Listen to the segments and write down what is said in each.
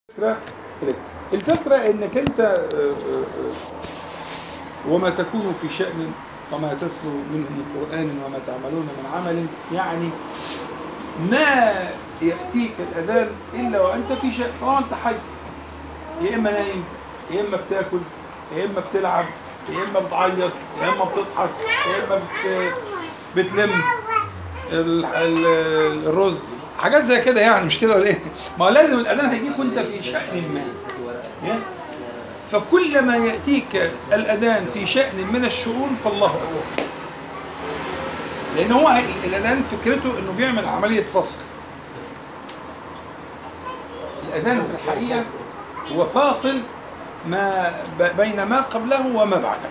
الفكرة انك انت وما تكون في شأن وما تتلو منه من قرآن وما تعملون من عمل، يعني ما يأتيك الأذان إلا وأنت في شأن. أنت حي، يا إما نايم، يا إما بتاكل، يا إما بتلعب، يا إما بتعيط، يا إما بتضحك، يا إما بتلم الرز، حاجات زي كده يعني. مش كده ولا ايه؟ ما هو لازم الأذان هيجيك وأنت في شأن ما. فكلما يأتيك الأذان في شأن من الشؤون فالله أكبر، لأن هو الأذان فكرته إنه بيعمل عملية فصل. الأذان في الحقيقة هو فاصل ما بين ما قبله وما بعده.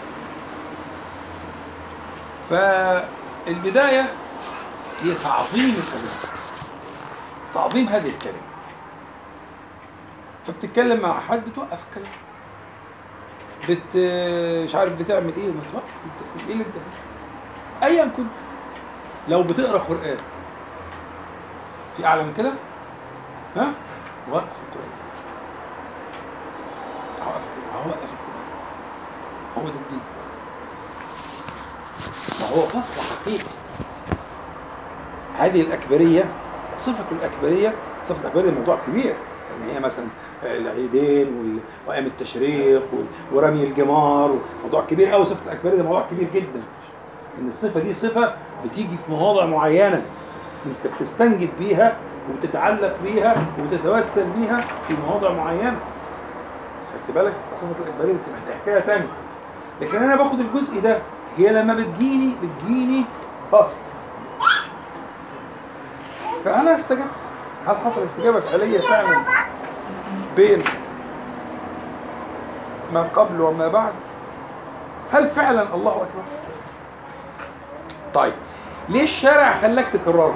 فالبداية هي تعظيم الأذان، تعظيم هذه الكلمة. فبتتكلم مع حد توقف الكلام، مش عارف بتعمل ايه وما توقف. انت في ايه اللي انت فيه؟ ايا كنت، لو بتقرا قرآن في اعلى من كده، وقف القرآن، وقف القرآن. هو ده الدين، ما هو فصل حقيقي. هذه الأكبرية، صفة الأكبرية، صفة الأكبرية موضوع كبير. يعني هي مثلا العيدين وأيام التشريق ورمي الجمار، موضوع كبير أوي. صفة الأكبرية ده موضوع كبير جدا. إن الصفة دي صفة بتيجي في مواضع معينة أنت بتستنجد بيها وبتتعلق بيها وبتتوسل بيها في مواضع معينة. خدت بالك؟ صفة الأكبرية دي حكاية تانية. لكن أنا باخد الجزء ده، هي لما بتجيني فصل. فأنا استجبت. هل حصل استجابة فعلية فعلا بين ما قبل وما بعد؟ هل فعلا الله أكبر؟ طيب ليه الشارع خلاك تكرره؟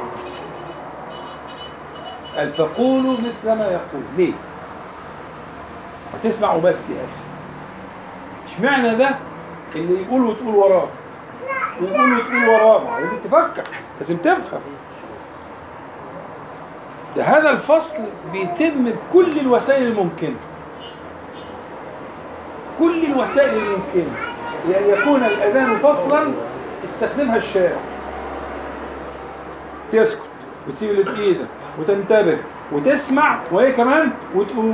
قال فقولوا مثل ما يقول. ليه؟ هتسمعوا بس يا أخي. اشمعنى ده اللي يقول وتقول وراه ويقول وتقول وراه؟ لازم تفكر، لازم تفهم. ده هذا الفصل بيتم بكل الوسائل الممكنة، كل الوسائل الممكنة لأن يكون الأذان فصلا استخدمها الشارع. تسكت وتسيب اللي في ايدك وتنتبه وتسمع وهي كمان وتقول.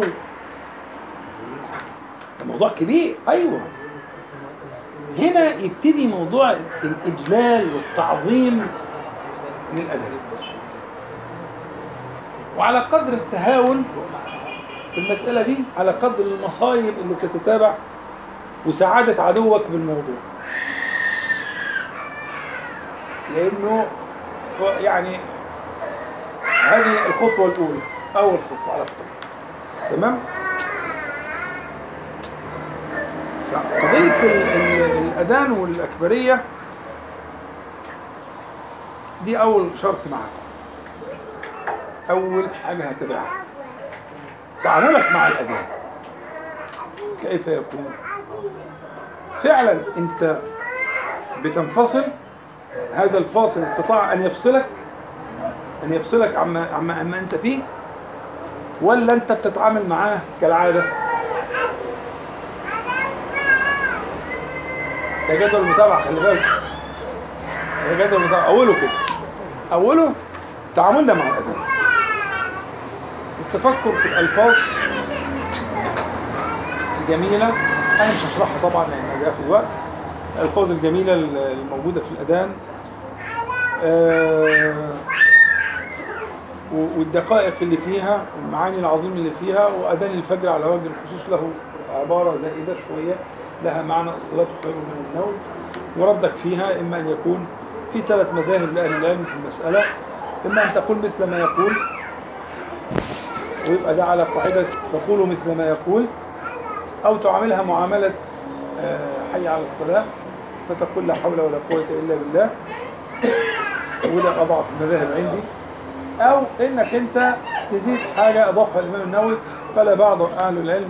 ده موضوع كبير. ايوه، هنا يبتدي موضوع الإجلال والتعظيم للأذان. وعلى قدر التهاون في المسألة دي على قدر المصايب اللي بتتتابع وسعادة عدوك بالموضوع. لأنه يعني هذه الخطوة الأولى، أول خطوة على الطريق. تمام؟ فقضية الأذان والأكبرية دي أول شرط معك، أول حاجة هتبعها تعاملك مع الأذان كيف يكون. فعلا أنت بتنفصل، هذا الفاصل استطاع أن يفصلك عما أنت فيه، ولا أنت بتتعامل معاه كالعادة؟ ده جدول المتابعة، خلي بالك. ده جدول المتابعة أوله كده، أوله تعاملنا مع الأذان، التفكر في الألفاظ الجميلة. أنا مش هشرحها طبعا لأن ده ياخد وقت. الألفاظ الجميلة الموجودة في الأذان والدقائق اللي فيها والمعاني العظيمة اللي فيها. وأذان الفجر على وجه الخصوص له عبارة زائدة شوية لها معنى الصلاة خير من النوم. وردك فيها إما أن يكون في 3 مذاهب لأهل العلم في المسألة. إما أن تقول مثل ما يقول ويبقى ده على قاعدة تقول مثل ما يقول، أو تعاملها معاملة حي على الصلاة فتقول لا حول ولا قوة إلا بالله، وده أضعف المذاهب عندي. أو إنك أنت تزيد حاجة أضافها الإمام النووي، قال بعض أهل العلم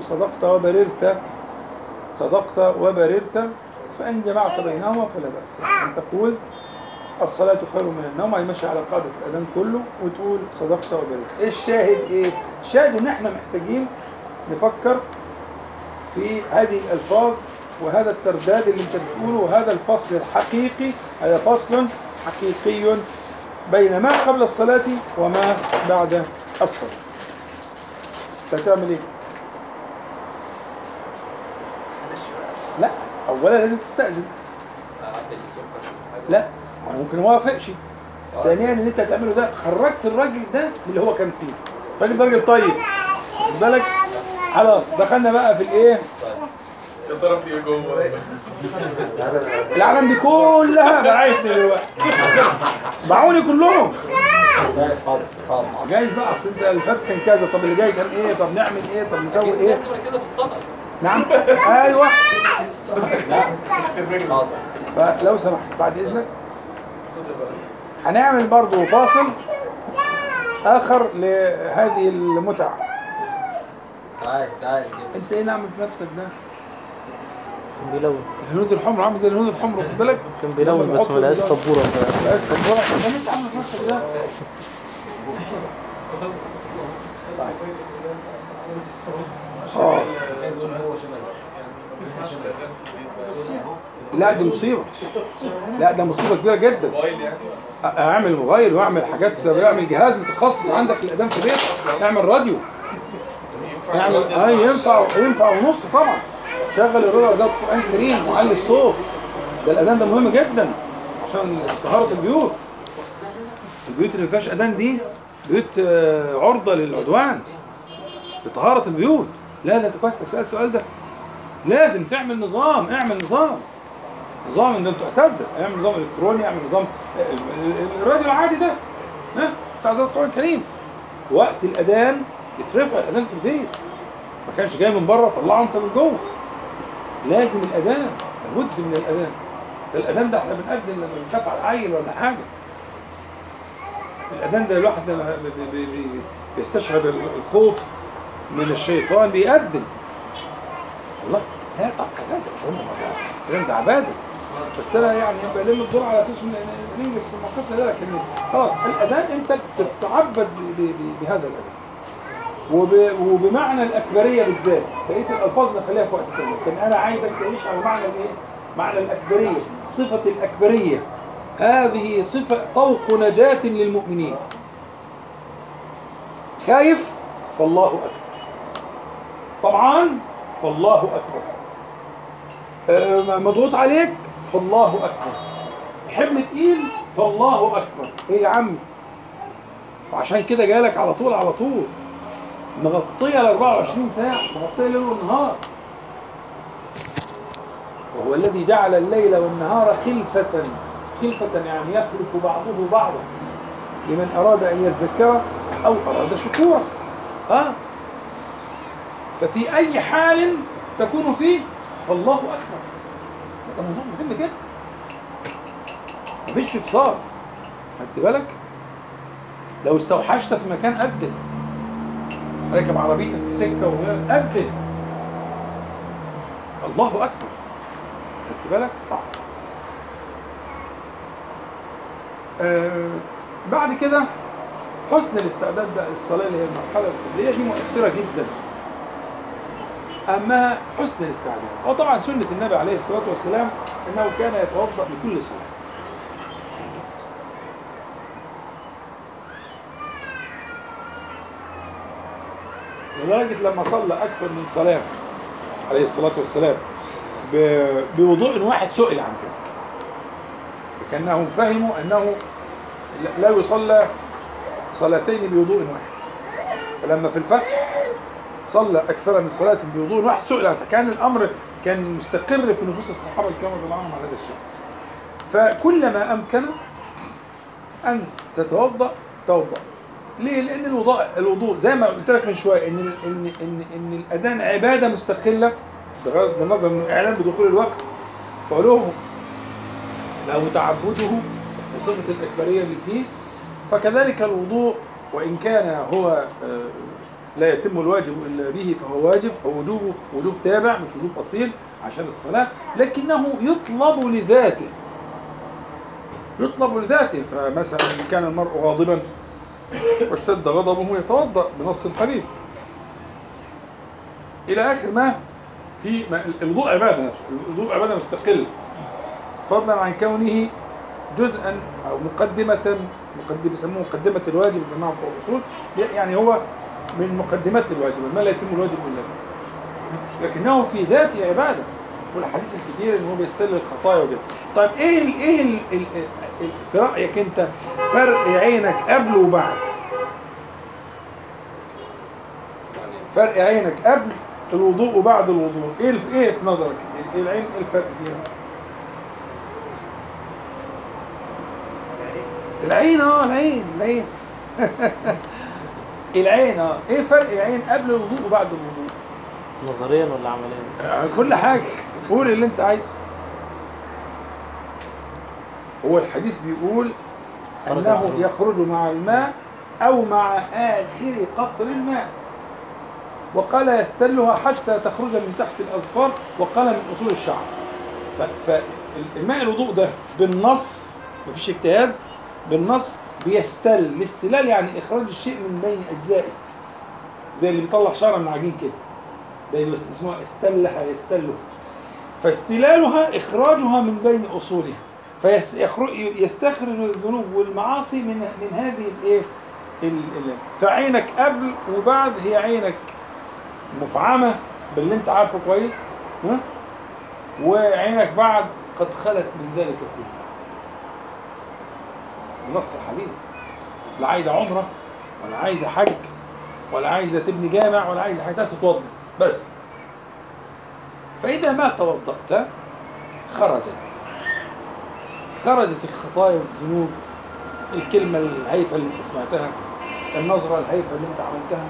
صدقت وبررت فإن جمعت بينهما فلا بأس. أن تقول الصلاة خير من النوم، هيمشي على قاعدة الأذان كله، وتقول صدقت وبررت. إيه الشاهد؟ إيه الشاهد؟ إن إحنا محتاجين نفكر في هذه الألفاظ وهذا الترداد اللي انت بتقوله وهذا الفصل الحقيقي. هذا فصل حقيقي بين ما قبل الصلاة وما بعد الصلاة. تعمل ايه؟ لا، اولا لازم تستأذن. لا، ممكن ما وافقش. ثانيا ان انت هتعمله ده خرجت الراجل ده من اللي هو كان فيه. الراجل ده راجل طيب، خد بالك. خلاص دخلنا بقى في الايه؟ الطرف في جوه العالم دي كلها باعتني دلوقتي، باعوني كلهم. جايز بقى اصل انت اللي فات كان كذا، طب اللي جاي كان ايه، طب نعمل ايه، طب نسوي ايه كده في الصدر. نعم ايوه. فلو سمحت بعد اذنك هنعمل برضو فاصل اخر لهذه المتعه. تعال انت ايه نعمل في نفسك ده؟ كان بيلون. الهنود الحمر عامل زي الهنود الحمر، خد بالك. كان بيلون بس ما لقاش سبوره. ما لقاش سبوره. انت عامل في نفسك ده. لا دي مصيبة، لا ده مصيبة كبيرة جدا. اعمل موبايل واعمل حاجات، اعمل جهاز متخصص عندك للأذان في البيت، اعمل راديو، اعمل ينفع ونص طبعا. شغل الراديو زي القرآن الكريم وعلي الصوت. ده الأذان ده مهم جدا عشان طهارة البيوت. البيوت اللي ما فيهاش أذان دي بيوت عرضة للعدوان لطهارة البيوت. لا ده انت كويس تسأل السؤال ده. لازم تعمل نظام، اعمل نظام ان انتوا اساتذه، اعمل نظام الكتروني، اعمل نظام الراديو العادي ده بتاع زي القرآن الكريم. وقت الاذان يترفع الاذان في البيت، ما كانش جاي من بره طلعه انت من جوه. لازم الاذان، لابد من الاذان. الاذان ده احنا بنأذن لما بنخاف على عيل ولا حاجه. الاذان ده الواحد لما بيستشعر الخوف من الشيطان بيأذن. الله، لا طبعا الكلام ده عباده. بس انا يعني بلم الدور على اساس ننجز في موقفنا ده، لكن خلاص الاذان انت بتتعبد بهذا الاذان وبمعنى الاكبريه بالذات. بقيه الالفاظ نخليها في وقت تاني، لكن انا عايزك تعيش على معنى الايه؟ معنى الاكبريه، صفه الاكبريه. هذه صفه طوق نجاه للمؤمنين. خايف فالله اكبر، طمعان فالله اكبر، مضغوط عليك فالله اكبر، حمل تقيل فالله اكبر. ايه يا عمي؟ وعشان كده جالك على طول مغطيه ال 24 ساعه، مغطيه الليل والنهار. وهو الذي جعل الليل والنهار خلفة يعني يخلف بعضه بعضا لمن اراد ان يذكر او اراد شكورا. ففي اي حال تكون فيه فالله اكبر. ده موضوع مهم جدا، مفيش فصال. خدت بالك؟ لو استوحشت في مكان أبدل، راكب عربيتك في سكه وأبدل الله اكبر. خدت بالك؟ بعد كده حسن الاستعداد بقى للصلاه اللي هي المرحله القبليه دي مؤثره جدا. أما حسن الاستعداد، وطبعا سنة النبي عليه الصلاة والسلام أنه كان يتوضأ لكل صلاة. لدرجة لما صلى أكثر من صلاة عليه الصلاة والسلام بوضوء واحد سئل عن ذلك، كأنهم فهموا أنه لا يصلى صلاتين بوضوء واحد. فلما في الفتح صلى أكثر من صلاة بوضوء واحد سئل، فكان الأمر كان مستقر في نفوس الصحابة الكرام رضي الله عنهم على هذا الشيء. فكلما أمكن أن تتوضأ توضأ. ليه؟ لأن الوضوء زي ما قلت لك من شوية إن الأذان عبادة مستقلة بغض النظر من الإعلان بدخول الوقت، فعلوه له تعبده وصفة الإكبارية اللي فيه. فكذلك الوضوء وإن كان هو لا يتم الواجب إلا به فهو واجب، فوجوبه وجوب تابع مش وجوب أصيل عشان الصلاة، لكنه يطلب لذاته. فمثلا إن كان المرء غاضبا واشتد غضبه يتوضأ بنص الحديث. الى اخر ما في الوضوء عباده نفسه، الوضوء عباده مستقله فضلا عن كونه جزءا او مقدمه بيسموه مقدمه الواجب الجماعه بتوع الاصول، يعني هو من مقدمات الواجب، ما لا يتم الواجب الا به، لكنه في ذاته عباده، والحديث الكتير ان هو بيستل الخطايا وكده. طيب ايه في رايك انت فرق عينك قبل وبعد؟ فرق عينك قبل الوضوء وبعد الوضوء، ايه في نظرك؟ ايه العين، ايه الفرق فيها؟ العين العين العين ايه فرق العين قبل الوضوء وبعد الوضوء؟ نظريا ولا عمليا؟ كل حاجه، قول اللي انت عايزه. هو الحديث بيقول انه يخرج مع الماء او مع اخر قطر الماء، وقال يستلها حتى تخرج من تحت الاظفار، وقال من اصول الشعر. فالماء الوضوء ده بالنص، مفيش اجتهاد، بالنص بيستل. الاستلال يعني اخراج الشيء من بين اجزائه، زي اللي بيطلع شعره من عجين كده، ده اسمه استلها يستله. فاستلالها اخراجها من بين اصولها، فيستخرج الذنوب والمعاصي من هذه الايه. فعينك قبل وبعد هي عينك مفعمه باللي انت عارفه كويس، وعينك بعد قد خلت من ذلك كله. نص الحديث، لا عايزه عمره ولا عايزه حج ولا عايزه تبني جامع ولا عايزه حاجه، تتوضا بس. فاذا ما توضأت خرجت الخطايا والذنوب، الكلمه الهايفه اللي انت سمعتها، النظره الهايفه اللي انت عملتها،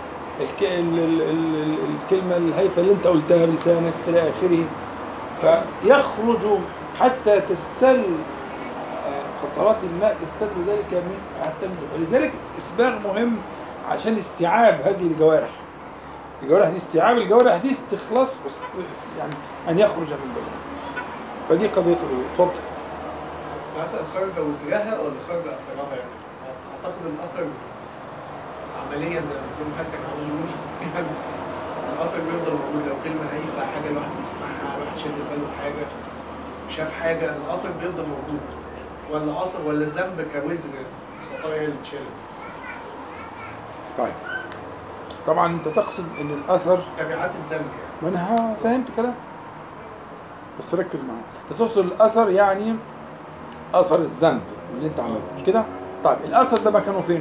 الكلمه الهايفه اللي انت قلتها بلسانك الى اخره. فيخرج حتى تستل قطرات الماء، تستل ذلك من حتى من. ولذلك الاسباغ مهم عشان استيعاب هذه الجوارح دي، استيعاب الجوارح دي استخلاص يعني ان يخرج من بينها. فدي قضيه الوضوء. اتفضل. مثلا خرج وزرها ولا خرج اثرها؟ يعني اعتقد الاثر عمليا زي ما بيقولوا حتى كان عاوز يقول يعني الاثر بيفضل موجود. لو كلمه هايفه، حاجه الواحد بيسمعها، واحد شد باله حاجه، شاف حاجه، الاثر بيفضل موجود، ولا اثر ولا الذنب كوزن الخطايا اللي اتشالت؟ طيب طبعا انت تقصد ان الاثر تبعات الذنب يعني. ما انا فهمت كلام، بس ركز معايا. انت تقصد الاثر يعني اثر الذنب اللي انت عملته، مش كده؟ طيب الاثر ده مكانه فين؟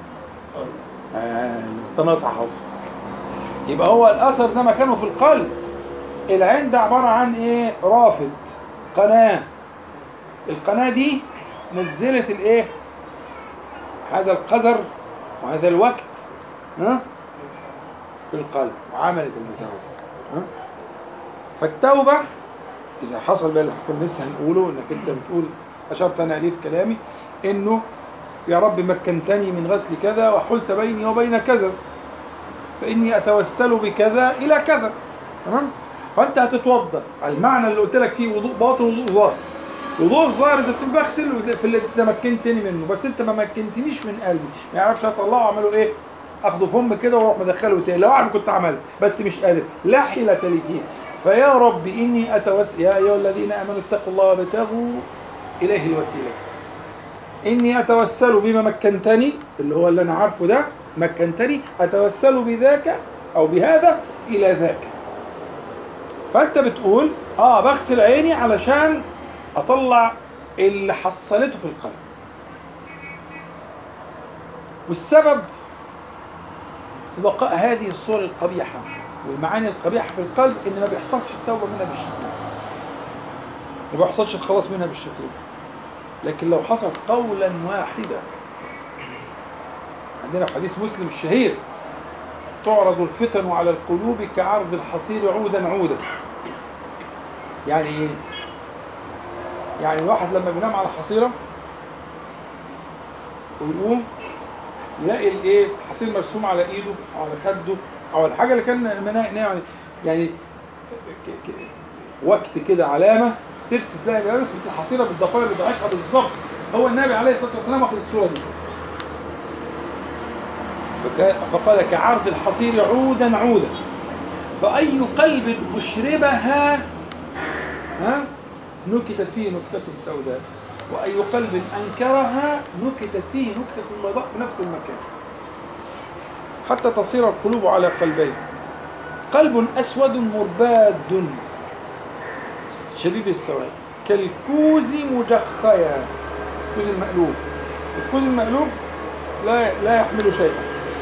تناصح اهو. يبقى هو الاثر ده مكانه في القلب. العين ده عباره عن ايه؟ رافد، قناه. القناه دي نزلت الايه؟ هذا القذر وهذا الوقت في القلب وعملت المتوفى. فالتوبه اذا حصل بقى اللي كنا لسه هنقوله، انك انت بتقول، اشرت انا عليه في كلامي، انه يا رب مكنتني من غسل كذا وحلت بيني وبين كذا، فاني اتوسل بكذا الى كذا. تمام؟ فانت هتتوضا. المعنى اللي قلت لك فيه وضوء باطن وضوء ظاهر. وضوء الظاهر انت بغسل في اللي تمكنتني منه، بس انت ما مكنتنيش من قلبي، ما يعرفش اطلعه واعمله ايه؟ اخده فم كده واروح مدخله تاني. لو اعرف كنت عملت، بس مش قادر، لا حيلة لي فيه. فيا رب اني اتوسل، يا ايها الذين امنوا اتقوا الله وابتغوا اليه الوسيله. اني اتوسل بما مكنتني، اللي هو اللي انا عارفه ده، مكنتني، اتوسل بذاك او بهذا الى ذاك. فانت بتقول بغسل عيني علشان اطلع اللي حصلته في القلب. والسبب في بقاء هذه الصور القبيحه والمعاني القبيحه في القلب ان ما بيحصلش التوبه منها بالشكل ده، ما بيحصلش الخلاص منها بالشكل ده. لكن لو حصل قولا واحدا، عندنا في حديث مسلم الشهير: تعرض الفتن على القلوب كعرض الحصير عودا عودا. يعني ايه؟ يعني الواحد لما بينام على حصيره ويقوم يلاقي الايه؟ الحصير مرسوم على ايده او على خده او على الحاجه اللي كان نايم، يعني وقت كده علامه ترسم، تلاقي رسمه الحصيره بالضفائر بتاعتها بالظبط. هو النبي عليه الصلاه والسلام اخذ الصوره دي فقال: كعرض الحصير عودا عودا. فأي قلب أشربها نكتت فيه نكتة سوداء، وأي قلب أنكرها نكتت فيه نكتة بيضاء في نفس المكان، حتى تصير القلوب على قلبين: قلب أسود مرباد شديد السواد كالكوز مجخيا. الكوز المقلوب، الكوز المقلوب لا يحمل شيئا.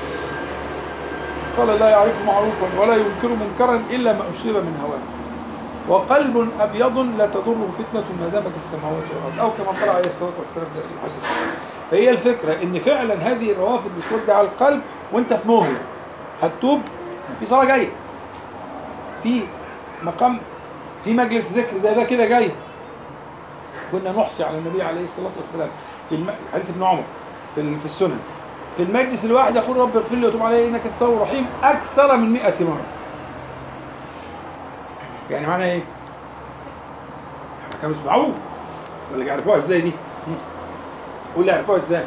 قال: لا يعرف معروفا ولا ينكر منكرا إلا ما أشرب من هواه. وقلب أبيض لا تضره فتنة ما دامت السماوات والأرض، أو كما قال عليه الصلاة والسلام في الحديث. فهي الفكرة إن فعلا هذه الروافد بتودع القلب وأنت في مهلة هتتوب، في صلاة جاية، في مقام، في مجلس ذكر زي ده كده جاي. كنا نحصي على النبي عليه الصلاة والسلام في حديث ابن عمر في السنن، في المجلس الواحد يقول: رب اغفر لي وتوب علي إنك أنت التواب الرحيم أكثر من 100 مرة. يعني معنى إيه؟ كانوا يسمعوه ولا يعرفوها ازاي دي؟ قول لي يعرفوها ازاي؟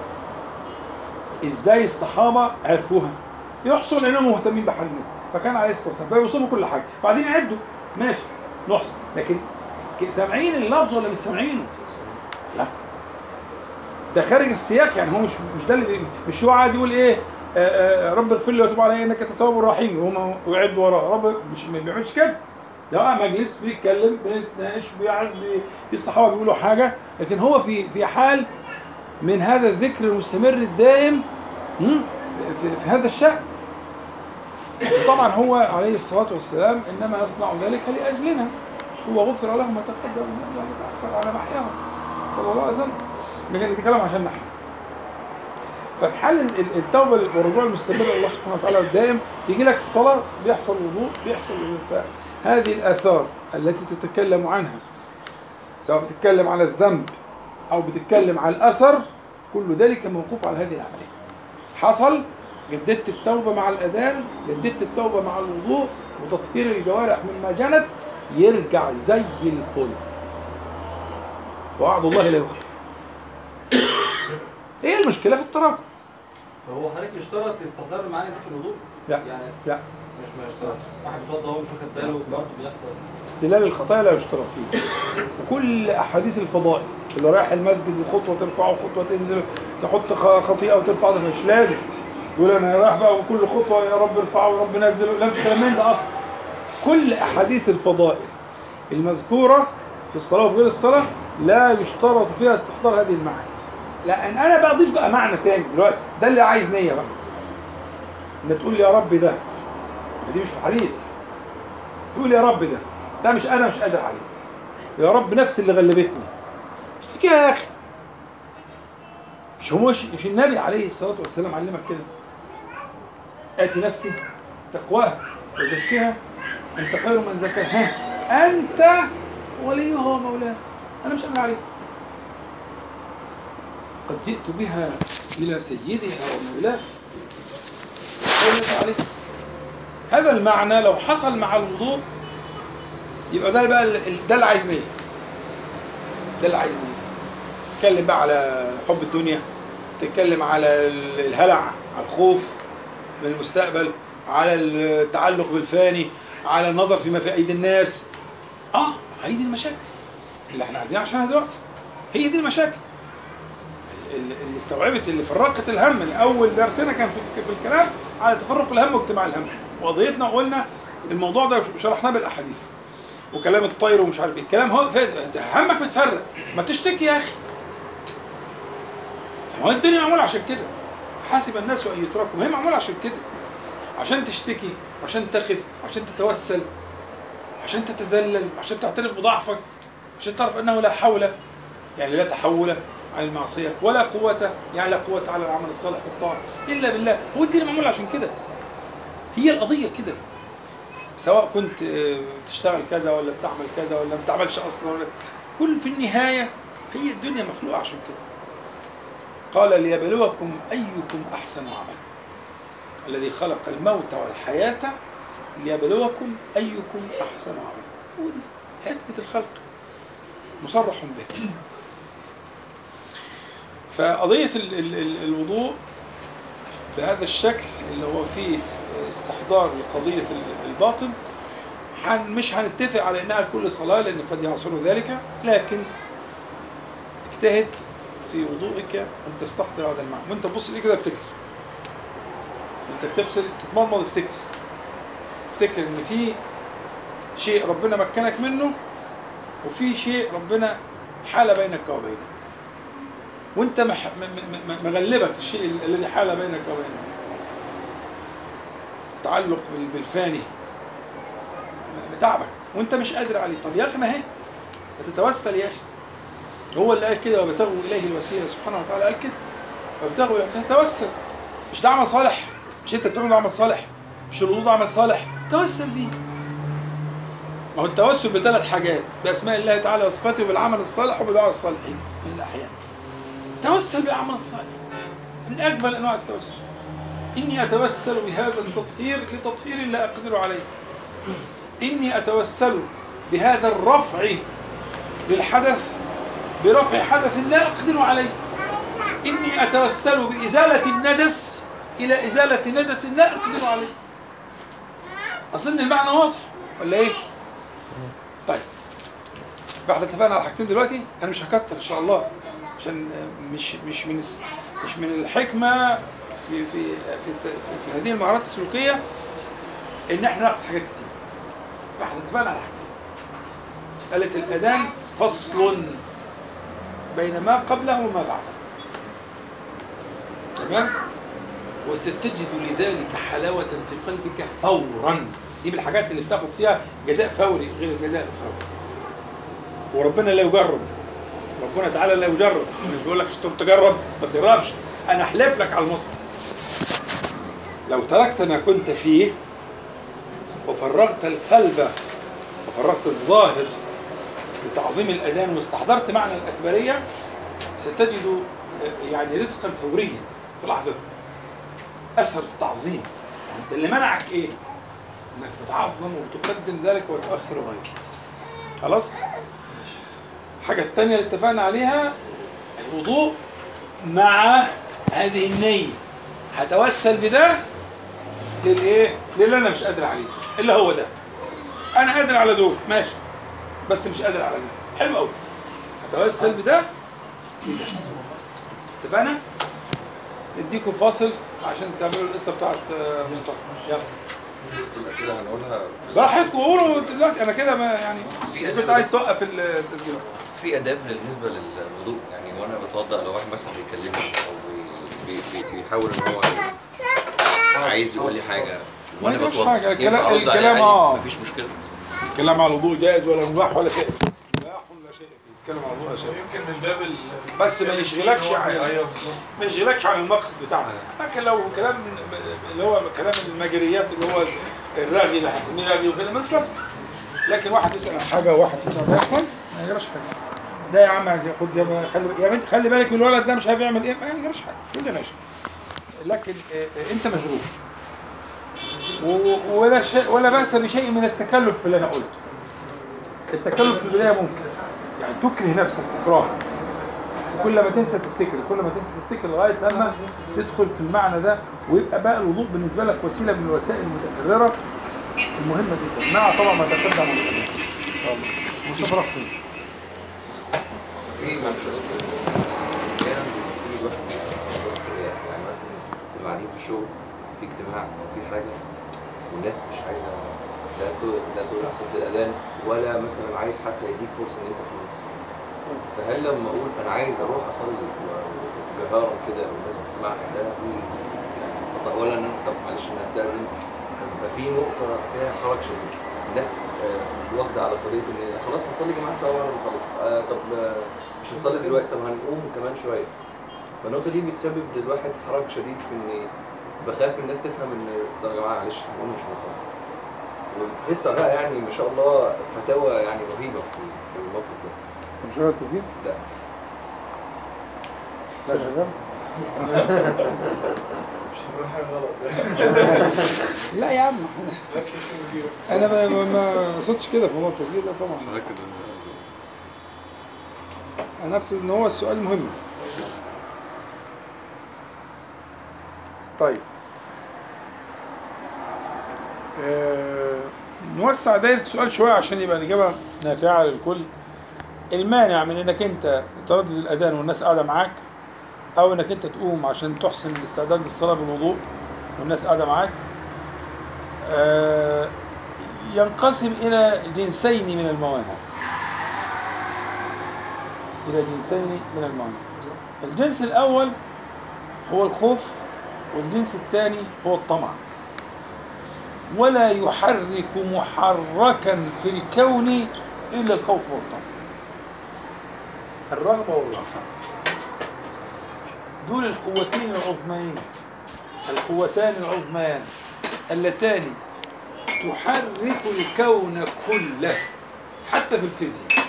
ازاي الصحابه عرفوها؟ يحصل لانهم مهتمين بحالهم، فكان عليه الصلاه والسلام فيوصفوا كل حاجه، فقاعدين يعدوا ماشي نحصل، لكن سامعين اللفظ ولا مش سامعينه؟ لا، ده خارج السياق. يعني هو مش ده اللي مش هو قاعد يقول ايه رب اغفر لي وتوب علي انك انت التواب الرحيم وهم ويعدوا وراه، رب مش ما بيعملش كده. ده مجلس بيتكلم بيتناقش بيعز في الصحابه بيقولوا حاجه، لكن هو في حال من هذا الذكر المستمر الدائم في هذا الشأن. طبعا هو عليه الصلاه والسلام انما يصنع ذلك لاجلنا، هو غفر له ما تقدم وما تاخر على محياه صلى الله عليه وسلم، لكن نتكلم عشان نحن. ففي حال التوبه والرجوع المستمر الى الله سبحانه وتعالى الدائم، يجي لك الصلاه بيحصل وضوء بيحصل وضوء. هذه الآثار التي تتكلم عنها، سواء بتتكلم على الذنب أو بتتكلم على الأثر، كل ذلك موقوف على هذه العملية. حصل، جددت التوبة مع الأذان، جددت التوبة مع الوضوء وتطهير الجوارح مما جنت، يرجع زي الفل، وعد الله لا يخلف. ايه المشكلة في التراكم؟ هو حضرتك يشترط استحضار المعاني دي في الوضوء؟ لا يعني لا، مش ما يشترطش، واحد بيتوضى وهو مش واخد باله برضه بيحصل. استلال الخطايا لا يشترط فيه. وكل احاديث الفضائل اللي رايح المسجد وخطوه ترفعه وخطوه تنزل، تحط خطيئه وترفع، ده مش لازم يقول انا رايح بقى وكل خطوه يا رب ارفعه ورب نزله، لا مش كلام ده اصلا. كل احاديث الفضائل المذكوره في الصلاه وفي غير الصلاه لا يشترط فيها استحضار هذه المعاني. لان انا بضيف بقى معنى تاني دلوقتي، ده اللي عايز نيه بقى، ان تقول يا رب ده، دي مش في حديث، تقول يا رب ده مش انا مش قادر عليه، يا رب نفس اللي غلبتني. اشتكي يا اخي، مش النبي عليه الصلاه والسلام علمك كده؟ اتي نفسي تقواها وزكها انت خير من زكاها انت وليها ومولاها، انا مش قادر عليه، قد جئت بها الى سيدها ومولاها عليه. هذا المعنى لو حصل مع الوضوء يبقى ده بقى ده اللي عايز نيه، ده اللي عايز نيه. تتكلم بقى على حب الدنيا، تتكلم على الهلع، على الخوف من المستقبل، على التعلق بالفاني، على النظر فيما في ايدي الناس. هي دي المشاكل اللي احنا قاعدين عشانها دلوقتي، هي دي المشاكل اللي استوعبت، اللي فرقت الهم. الاول درسنا كان في الكلام على تفرق الهم واجتماع الهم، وقضيتنا قلنا الموضوع ده شرحناه بالاحاديث وكلام الطير ومش عارف ايه الكلام. هو انت همك متفرق، ما تشتكي يا اخي، هو الدنيا معموله عشان كده. حاسب الناس وان يتركوا، هي معموله عشان كده، عشان تشتكي، عشان تقف، عشان تتوسل، عشان تتذلل، عشان تعترف بضعفك، عشان تعرف انه لا حول، يعني لا تحول عن المعصيه، ولا قوه، يعني لا قوه على العمل الصالح والطاعه الا بالله. هو الدين معمول عشان كده، هي القضيه كده. سواء كنت تشتغل كذا ولا بتعمل كذا ولا ما بتعملش اصلا، ولا كل في النهايه هي الدنيا مخلوقه عشان كده. قال ليبلوكم ايكم احسن عملا، الذي خلق الموت والحياه ليبلوكم ايكم احسن عملا. هو دي حكمه الخلق مصرح به. فقضيه الوضوء بهذا الشكل اللي هو فيه استحضار لقضية الباطن، مش هنتفق على انها كل صلاة لان قد يحصل ذلك، لكن اجتهد في وضوئك ان تستحضر هذا المعنى. وانت تبص ليه كده افتكر، انت بتغسل تتمضمض افتكر ان في شيء ربنا مكنك منه، وفي شيء ربنا حال بينك وبينه، وانت مغلبك الشيء الذي حال بينك وبينه، التعلق بالفاني بتعبك وانت مش قادر عليه. طب يا اخي ما هي بتتوسل يا اخي، هو اللي قال كده وبتغوا اليه الوسيله سبحانه وتعالى، قال كده وبتغوا اليه، فتوسل. مش ده عمل صالح؟ مش انت بتقول ده عمل صالح؟ مش الوضوء ده عمل صالح؟ توسل بيه. ما هو التوسل بثلاث حاجات: باسماء الله تعالى وصفاته، وبالعمل الصالح، وبدعاء الصالحين من الاحيان. توسل بالعمل الصالح من اجمل انواع التوسل. اني اتوسل بهذا التطهير لتطهير لا اقدر عليه. اني اتوسل بهذا الرفع للحدث برفع حدث لا اقدر عليه. اني اتوسل بازاله النجس الى ازاله نجس لا اقدر عليه. اظن المعنى واضح ولا ايه؟ طيب بعد اتفقنا على حاجتين دلوقتي. انا مش هكتر ان شاء الله، عشان مش من الحكمه في هذه المهارات السلوكيه ان احنا ناخد حاجات كتير. احنا اتفقنا على حاجتين. قالت الاذان فصل بين ما قبله وما بعده، تمام؟ وستجد لذلك حلاوة في قلبك فورا. دي من الحاجات اللي بتاخد فيها جزاء فوري غير الجزاء الأخروي. وربنا لا يجرب، ربنا تعالى لا يجرب. مش بيقول لك عشان تجرب ما تجربش. انا احلف لك على المصحف لو تركت ما كنت فيه وفرغت القلب وفرغت الظاهر لتعظيم الأذان واستحضرت معنى الأكبرية، ستجد يعني رزقا فوريا في لحظتها، أثر التعظيم. أنت اللي منعك إيه؟ إنك تتعظم وتقدم ذلك وتؤخر غيره. خلاص؟ الحاجة الثانية اللي اتفقنا عليها الوضوء مع هذه النية. هتوسل بده للإيه؟ للي أنا مش قادر عليه، اللي هو ده. أنا قادر على دول ماشي، بس مش قادر على ده. حلو قوي. هتوسل بده لده. اتفقنا؟ نديكم فاصل عشان تعملوا القصه بتاعت مصطفى. يلا. الاسئله هنقولها براحتكم قولوا دلوقتي. انا كده يعني كنت عايز توقف التسجيل. في اداب بالنسبه للوضوء، يعني وانا بتوضا لو واحد مثلا بيكلمني او بيحاول ان هو عايز يقول لي حاجه وانا بتوضا حاجه. الكلام مفيش مشكله. الكلام على الوضوء جائز ولا مباح ولا شيء. مباح ولا شيء. الكلام على الوضوء شيء. يمكن من باب بس ما يشغلكش عن المقصد بتاعنا ده. لكن لو كلام اللي هو كلام المجريات اللي هو الرغي اللي هنسميه رغي وكده ملوش لازمه. لكن واحد يسال عن حاجه وواحد يسال ما يجراش حاجه. ده يا عم خد يا بنت خلي بالك من الولد ده مش عارف يعمل ايه، ما يجراش حاجه. كل ده ماشي. لكن انت مشغول ولا باس بشيء من التكلف في اللي انا قلته. التكلف في البدايه ممكن يعني تكره نفسك اكراه، كل ما تنسى تفتكر لغايه لما تدخل في المعنى ده، ويبقى بقى الوضوء بالنسبه لك وسيله من الوسائل المتكرره المهمه جدا مع طبعا ما تقدم عن السلام. مصطفى رفض في منشورات احيانا بيجي واحد يعني مثلا نبقى قاعدين في الشغل في اجتماع او في حاجه والناس مش عايزه لا تقول صوت الاذان ولا مثلا عايز حتى يديك فرصه ان انت تقول تصلي. فهل لما اقول انا عايز اروح اصلي جهارا كده والناس تسمعها ده في يعني خطا، ولا ان انا طب معلش انا استاذن؟ يبقى في نقطه فيها حرج شديد. الناس واخده على قضيه ان خلاص هنصلي جماعه سوا وخلاص. طب مش هنصلي دلوقتي، طب هنقوم كمان شويه. فالنقطه دي بتسبب للواحد حرج شديد في ان بخاف الناس تفهم ان طب يا جماعه معلش هنقوم مش هنصلي. وبنسمع بقى يعني ما شاء الله فتاوى يعني رهيبه في الموقف ده. مش هو التسجيل؟ لا. لا شغال؟ مش هنقول حاجه غلط. لا يا عم انا ما قصدتش كده في موضوع التسجيل ده طبعا. انا اقصد ان هو السؤال مهم. طيب نوسع دايرة السؤال شوية عشان يبقى الإجابة نافعة للكل. المانع من إنك أنت تردد الأذان والناس قاعدة معاك، أو إنك أنت تقوم عشان تحسن الاستعداد للصلاة بالوضوء والناس قاعدة معاك، ينقسم إلى جنسين من الموانع. إلى جنسين من الموانع. الجنس الأول هو الخوف، والجنس الثاني هو الطمع. ولا يحرك محركا في الكون إلا الخوف والطمع، الرغبة والرهبة. دول القوتين العظميين، القوتان العظمان اللتان تحرك الكون كله، حتى في الفيزياء،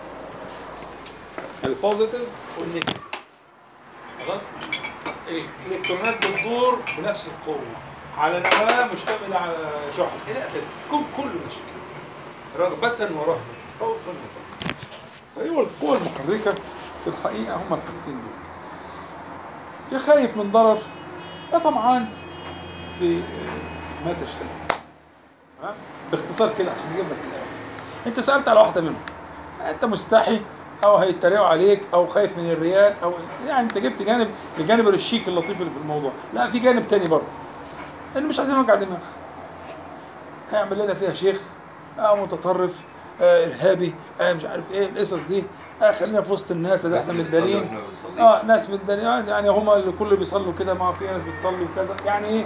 البوزيتيف والنيجاتيف. خلاص؟ الالكترونات بتدور بنفس القوة على نواة مشتملة على شحن إلى آخره، كله ماشي كده، رغبة ورهبة، خوفا وطمعا. فأيوة القوة المحركة في الحقيقة هما الحاجتين دول. يا خايف من ضرر يا طمعان في ما تشتهي. باختصار كده عشان نجيب لك الآخر. أنت سألت على واحدة منهم، أنت مستحي أو هيتريقوا عليك أو خايف من الرياء أو يعني أنت جبت الجانب الشيك اللطيف اللي في الموضوع. لا، في جانب تاني برضه، إن مش عايزين وجع دماغ. هيعمل لنا فيها شيخ متطرف إرهابي مش عارف إيه القصص دي. خلينا في وسط الناس، ده احنا متدارين. ناس متدارين يعني هما اللي كل بيصلوا كده، ما في ناس بتصلي وكذا يعني ايه.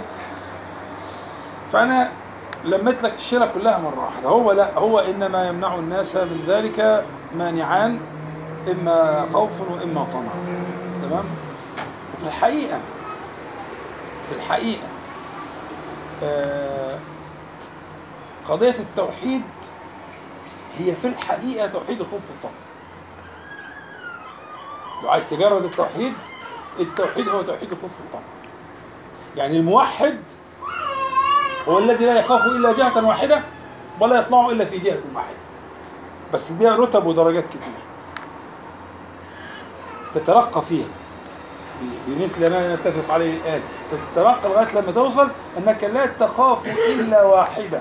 فانا لميت لك الشيره كلها مره واحده. هو انما يمنع الناس من ذلك مانعان، اما خوف واما طمع. تمام. وفي الحقيقه قضيه التوحيد هي في الحقيقه توحيد الخوف والطمع. لو عايز تجرد التوحيد هو توحيد الخوف والطمع. يعني الموحد هو الذي لا يخاف إلا جهة واحدة ولا يطمع إلا في جهة واحدة، بس دي رتب ودرجات كتير تترقى فيها بمثل ما نتفق عليه الآن. تترقى لغاية لما توصل أنك لا تخاف إلا واحدة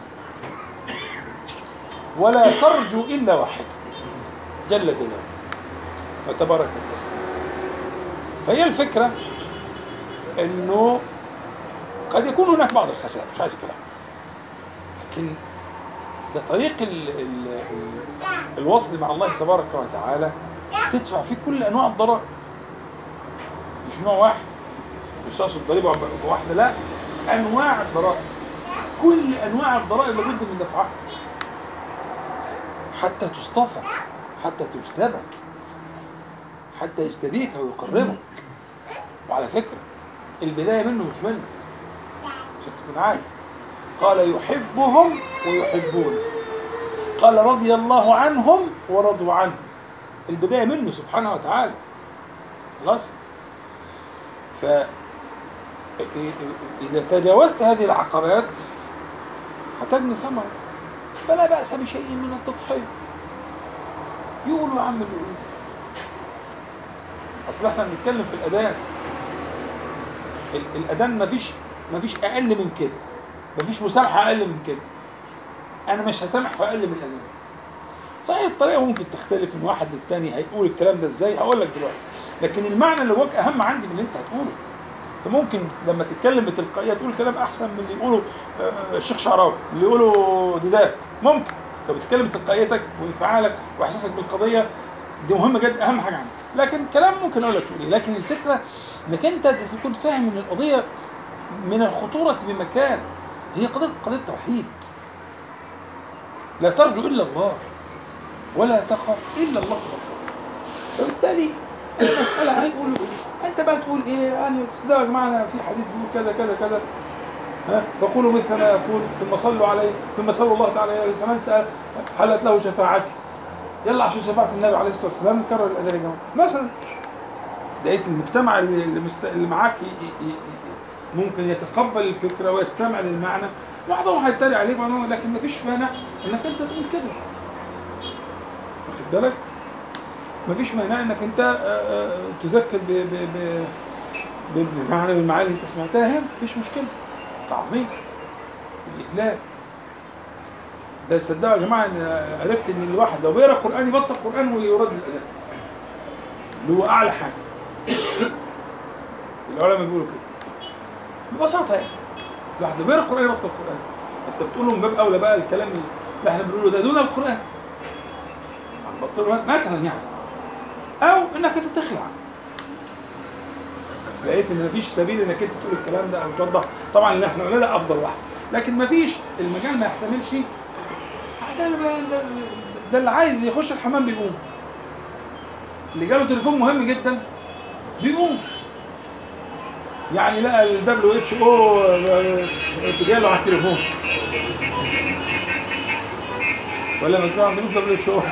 ولا ترجو إلا واحدة جل جلاله وتبارك الاسم. فهي الفكرة انه قد يكون هناك بعض الخسائر، مش عايز كلام، لكن ده طريق الوصل مع الله تبارك وتعالى، تدفع فيه كل انواع الضرائب، مش نوع واحد، مش اقصد ضريبه واحده، لا، انواع الضرائب، كل انواع الضرائب لابد من دفعها حتى تصطفى، حتى تجتبى، حتى يجتبيك ويقربك. وعلى فكرة البداية منه مش منه، عشان تكون عارف. قال يحبهم ويحبونه، قال رضي الله عنهم ورضوا عنه. البداية منه سبحانه وتعالى. خلاص. فإذا تجاوزت هذه العقبات هتجني ثمرة، فلا بأس بشيء من التضحية. يقولوا يا عم بيقولوا، اصل احنا بنتكلم في الاذان. الاذان مفيش اقل من كده، مفيش مسامحه اقل من كده. انا مش هسامح في اقل من الاذان. صحيح الطريقه ممكن تختلف من واحد للتاني، هيقول الكلام ده ازاي هقول لك دلوقتي، لكن المعنى اللي جواك اهم عندي من اللي انت هتقوله. انت ممكن لما تتكلم بتلقائيه تقول كلام احسن من اللي يقوله الشيخ شعراوي، اللي يقوله ديدات. ممكن لو بتتكلم بتلقائيتك وانفعالك واحساسك بالقضيه دي مهمه جدا، اهم حاجه عندك. لكن كلام ممكن اقول لك تقول ايه، لكن الفكره انك انت اذا كنت فاهم ان القضيه من الخطوره بمكان، هي قضيه توحيد. لا ترجو الا الله ولا تخاف الا الله سبحانه. فبالتالي المساله هيقول انت بقى تقول ايه، يعني تستدرج معنا في حديث بيقول كذا كذا كذا، فقولوا مثل ما يقول ثم صلوا عليه ثم صلوا الله تعالى عليه فمن سال حلت له شفاعتي. يلا عشان شفاعة النبي عليه الصلاة والسلام نكرر الأذان يا جماعة مثلا. لقيت المجتمع اللي معاك ممكن يتقبل الفكرة ويستمع للمعنى، بعضهم هيتريق عليك لكن مفيش مانع انك انت تقول كده. واخد بالك؟ مفيش مانع انك انت تذكر بمعنى المعاني اللي انت سمعتها هنا، مفيش مشكلة. تعظيم الإتلاف. ده صدقوا يا جماعة، أنا عرفت إن الواحد لو بيقرأ قرآن يبطل قرآن ويرد الأذان، اللي هو أعلى حاجة. العلماء بيقولوا كده ببساطة يعني. الواحد لو بيقرأ قرآن يبطل قرآن. أنت بتقول له من باب أولى بقى الكلام اللي إحنا بنقوله ده دون القرآن. بطل مثلا يعني، أو إنك أنت تخلع. لقيت إن مفيش سبيل إنك أنت تقول الكلام ده أو توضح. طبعا اللي إحنا قلنا ده أفضل وأحسن، لكن مفيش المجال ما يحتملش. ده اللي عايز يخش الحمام بيقوم، اللي جاله تليفون مهم جدا بيقوم. يعني لقى WHO جاي له على التليفون، ولا ما كانوا عندنا WHO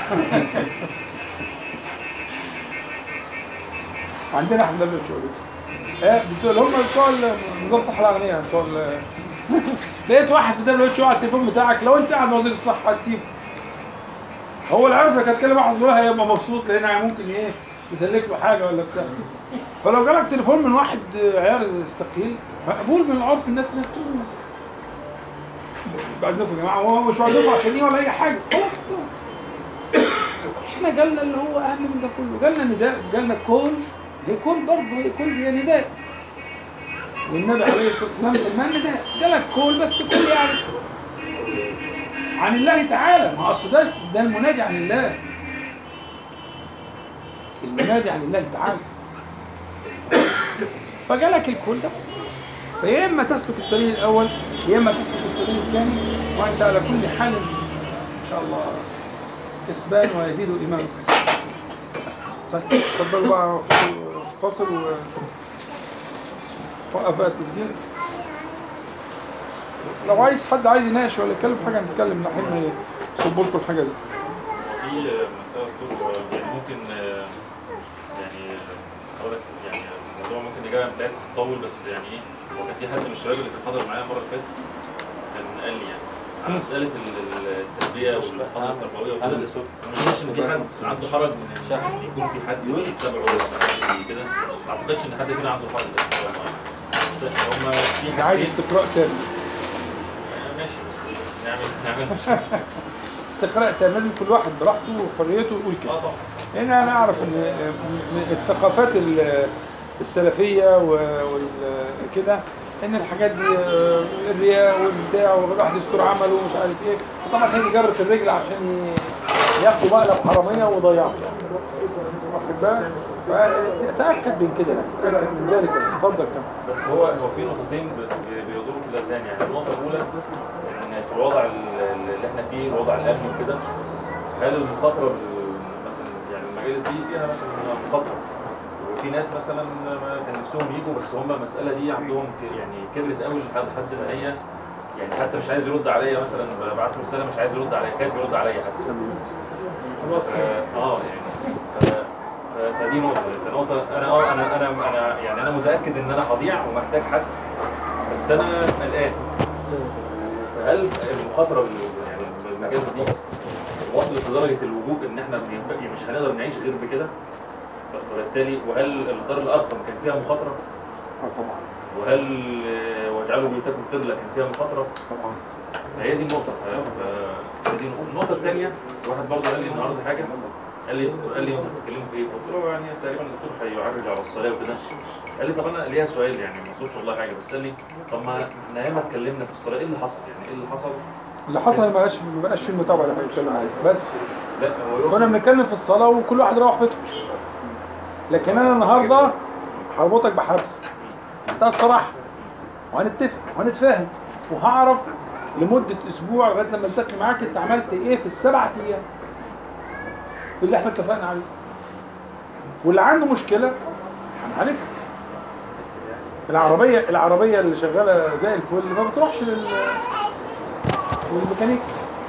عندنا احنا WHO بتوع اللي هم بتوع نظام الصحه العالميه بتوع لقيت واحد WHO على التليفون بتاعك، لو انت قاعد وزير الصحه هتسيبه. هو اللي عارف لك هتكلم واحد يقول هيبقى مبسوط لان ممكن ايه يسلك له حاجه ولا بتاع. فلو جالك تليفون من واحد عيار ثقيل مقبول من العرف الناس اللي بتقول بعدكم يا جماعه، هو مش بعدكم عشان ايه ولا اي حاجه، خلاص. احنا جالنا اللي هو اهم من ده كله، جالنا نداء، جالنا كل، هي كل برضه، هي كل دي نداء، والنبي عليه الصلاه والسلام سماه نداء. جالك كل بس كل يعني عن الله تعالى، ما اصل ده المنادي عن الله، المنادي عن الله تعالى. فجالك الكل ده، فيا اما تسلك السبيل الاول يا اما تسلك السبيل الثاني، وانت على كل حال ان شاء الله كسبان ويزيد ايمانك. طيب اتفضلوا بقى فاصل وقف التسجيل. لو عايز حد عايز يناقش ولا يتكلم في حاجه نتكلم لحين ما يصبوا لكم الحاجه دي. في مسألة دكتور يعني ممكن يعني حضرتك يعني الموضوع ممكن الإجابة بتاعتها تطول، بس يعني إيه، هو كان في حد من الشباب اللي كان حاضر معايا المرة اللي فاتت كان قال لي يعني على مسألة التربية والحضانة التربوية وكده. ما اعتقدش إن في حد عنده حرج من إن يكون في حد يتابعه كده، ما أعتقدش إن حد فينا عنده حرج ده. بس هما في حاجة عايز استقراء تام. ماشي، بس نعمل استقراء تام، لازم كل واحد براحته وحريته يقول كده. طبعا. هنا انا اعرف ان الثقافات السلفيه وكده ان الحاجات دي الرياء والبتاع والواحد يستر عمله ومش عارف ايه، وطبعا هي جرت الرجل عشان ياخدوا مقلب حراميه ويضيعوا، واخد بالك؟ فتاكد من كده، تاكد من ذلك. اتفضل كمل. بس هو في نقطتين بيدوروا في الاذهان. يعني النقطه الاولى ان في الوضع اللي احنا فيه، الوضع الامني وكده، هل المخاطره مثلا يعني المجالس دي فيها مثلا مخاطره، وفي ناس مثلا كان نفسهم يجوا بس هم المساله دي عندهم يعني كبرت قوي لحد ما هي يعني حتى مش عايز يرد عليا، مثلا ببعت له رساله مش عايز يرد عليا، خايف يرد عليا حتى. يعني فدي نقطه انا يعني انا متاكد ان انا هضيع ومحتاج حد، بس انا قلقان. فهل المخاطره يعني المجال دي وصلت لدرجه الوجوب ان احنا مش هنقدر نعيش غير بكده؟ فبالتالي وهل الدار الارقم كان فيها مخاطره؟ طبعا. وهل واجعلوا بيوتكم قبله كان فيها مخاطره؟ طبعا. فهي دي النقطه. فدي النقطه الثانيه، واحد برضه قال لي النهارده حاجه، قال لي انتوا بتتكلموا في ايه؟ قلت له يعني تقريبا الدكتور هيعرج على الصلاه وكده. قال لي طب انا ليها سؤال، يعني ما اقصدش والله حاجه، بس قال لي طب ما احنا ياما اتكلمنا في الصلاه، ايه اللي حصل؟ يعني ايه اللي حصل؟ اللي حصل ما بقاش في المتابعه اللي احنا بنتكلم عليها، بس لا هو كنا بنتكلم في الصلاه وكل واحد يروح بيته. لكن انا النهارده هربطك بحبل بتاع الصراحه، وهنتفق وهنتفاهم، وهعرف لمده اسبوع لغايه لما التقي معاك انت عملت ايه في ال7 ايام في اللي احنا اتفقنا عليه. واللي عنده مشكله هنعالجها. العربيه اللي شغاله زي الفل ما بتروحش للميكانيك،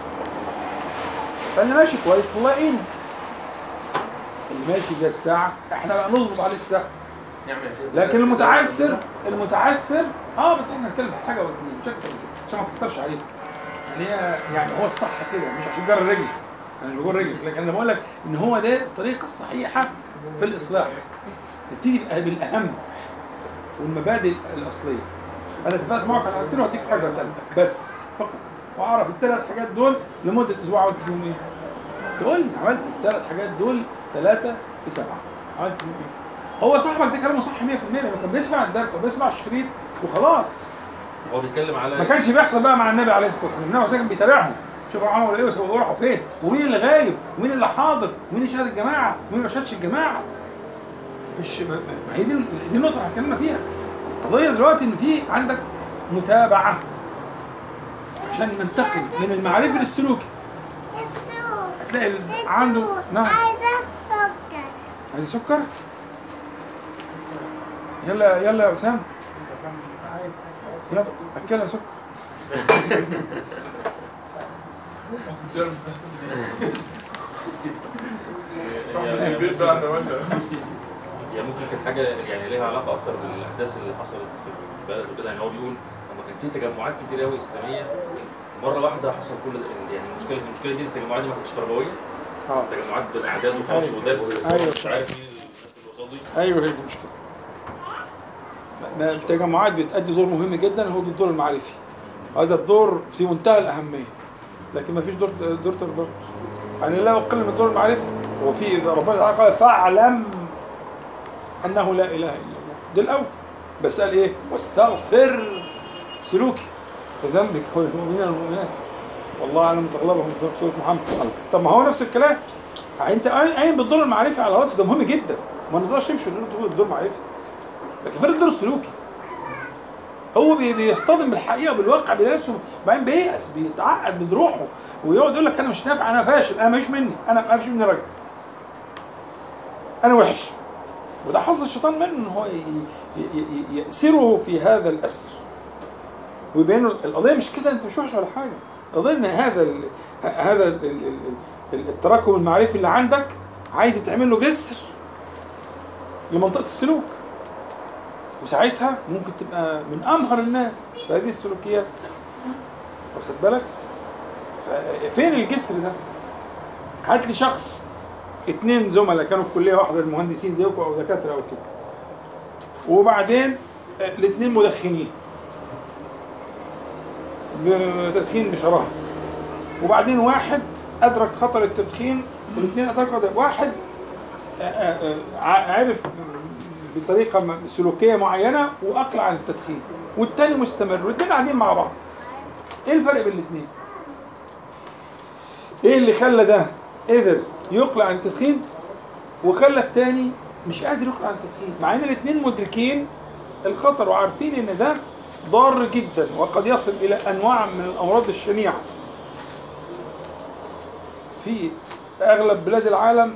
فاللي ماشي كويس الله يعينه، اللي ماشي زي الساعه احنا بقى نظبط عليه الساعه. لكن المتعثر بس احنا هنتكلم في حاجه واثنين مش اكتر عشان ما تكترش عليه. يعني هو الصح كده، مش عشان جر الرجل، انا مش بقول رجلك، لكن انا بقول لك ان هو ده الطريقه الصحيحه في الاصلاح. نبتدي بالاهم والمبادئ الاصليه. انا اتفقت معك على قلت له هديك حاجه ثالثه بس فقط، واعرف الثلاث حاجات دول لمده اسبوع عملت فيهم ايه؟ تقول لي عملت الثلاث حاجات دول 3 في 7 عملت فيهم ايه؟ هو صاحبك ده كلامه صح 100% لانه كان بيسمع الدرس وبيسمع الشريط وخلاص. هو بيتكلم على ما كانش بيحصل بقى مع النبي عليه الصلاه والسلام، النبي كان بيتابعهم، شوفوا عملوا ايه وسووا راحوا فين، ومين اللي غايب، ومين اللي حاضر، ومين اللي شهد الجماعه، ومين ما شهدش الجماعه. مش ما هي دي النقطه اللي اتكلمنا فيها. القضيه دلوقتي ان في عندك متابعه عشان ننتقل من المعرفي للسلوكي. هتلاقي عنده نعم عايز سكر. يلا يلا يا اسامه يلا اكلها سكر. هي ممكن كانت حاجه يعني ليها علاقه اكتر بالاحداث اللي حصلت في البلد وكده. يعني هو بيقول لما كان في تجمعات كتير قوي اسلاميه مره واحده حصل كل يعني المشكله دي التجمعات دي ما كانتش تربويه. تجمعات بالاعداد وخلاص ودرس مش عارف مين الناس اللي قصادي. ايوه هي دي المشكله. التجمعات بتأدي دور مهم جدا، هو الدور المعرفي. هذا الدور في منتهى الاهميه، لكن ما فيش دور تربوي. يعني لا اقل من الدور المعرفي. هو في ربنا تعالى قال فاعلم انه لا اله الا الله، ده الاول. بس قال ايه؟ واستغفر سلوكي لذنبك والمؤمنين والمؤمنات والله اعلم تغلبهم في سوره محمد. طب ما هو نفس الكلام. انت قايم بالدور المعرفي على راسك، ده مهم جدا، ما نقدرش نمشي بالدور المعرفي. لكن فين الدور السلوكي؟ هو بيصطدم بالحقيقه وبالواقع بنفسه، بعدين بييأس، بيتعقد من روحه ويقعد يقول لك انا مش نافع، انا فاشل، انا مفيش مني، انا ما فيش مني راجل، انا وحش. وده حظ الشيطان منه ان هو يأسره في هذا الأسر ويبين له القضيه مش كده، انت مش وحش ولا حاجه. القضيه ان هذا التراكم المعرفي اللي عندك عايز تعمل له جسر لمنطقه السلوك، وساعتها ممكن تبقى من امهر الناس في هذه السلوكيات. واخد بالك؟ فين الجسر ده؟ هات لي شخص 2 زملاء كانوا في كليه واحده، مهندسين زيكم او دكاتره او كده، وبعدين ال2 مدخنين بتدخين بشراهه، وبعدين واحد ادرك خطر التدخين وال2 ادركوا، واحد عرف بطريقه سلوكيه معينه واقلع عن التدخين، والتاني مستمر، والاثنين قاعدين مع بعض. ايه الفرق بين الاثنين؟ ايه اللي خلى ده قدر يقلع عن التدخين وخلى الثاني مش قادر يقلع عن التدخين، مع ان الاثنين مدركين الخطر وعارفين ان ده ضار جدا وقد يصل الى انواع من الامراض الشنيعه. في اغلب بلاد العالم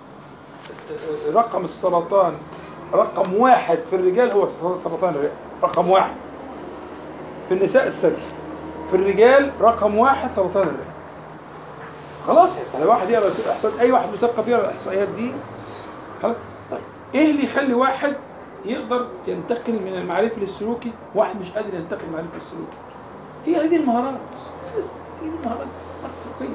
رقم السرطان رقم 1 في الرجال هو سرطان الرئه، رقم 1 في النساء الثدي، في الرجال رقم 1 سرطان الرئه. خلاص يعني لو واحد يقرا الاحصائيات، اي واحد مثقف يقرا الاحصائيات دي خلاص. طيب ايه اللي يخلي واحد يقدر ينتقل من المعرفي للسلوكي، واحد مش قادر ينتقل من المعرفي للسلوكي؟ هي هذه المهارات، بس هي دي المهارات السلوكيه.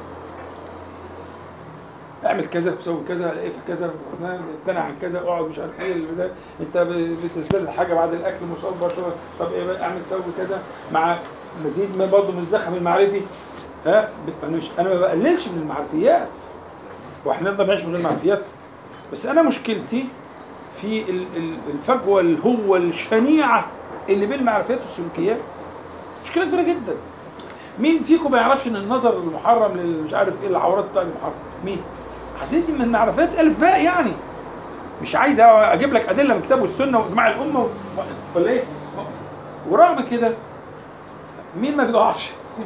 اعمل كذا وسوي كذا، الاقي في كذا، امتنع عن كذا، اقعد مش عارف ايه اللي ده، انت بتستهلك حاجه بعد الاكل مصاب، طب ايه اعمل سوي كذا، مع مزيد ما برضه من الزخم المعرفي. ها انا ما بقللش من المعرفيات، واحنا نقدر نعيش من غير معرفيات، بس انا مشكلتي في الفجوه الهوه الشنيعه اللي بين المعرفيات والسلوكيات. مشكله كبيره جدا. مين فيكم ما يعرفش ان النظر المحرم مش عارف ايه العورات بتاع المحرم؟ مين؟ حسيت من معرفات الف باء يعني. مش عايز اجيب لك ادله من الكتاب والسنه واجماع الامه ولا ايه؟ ورغم كده مين ما بيقعش؟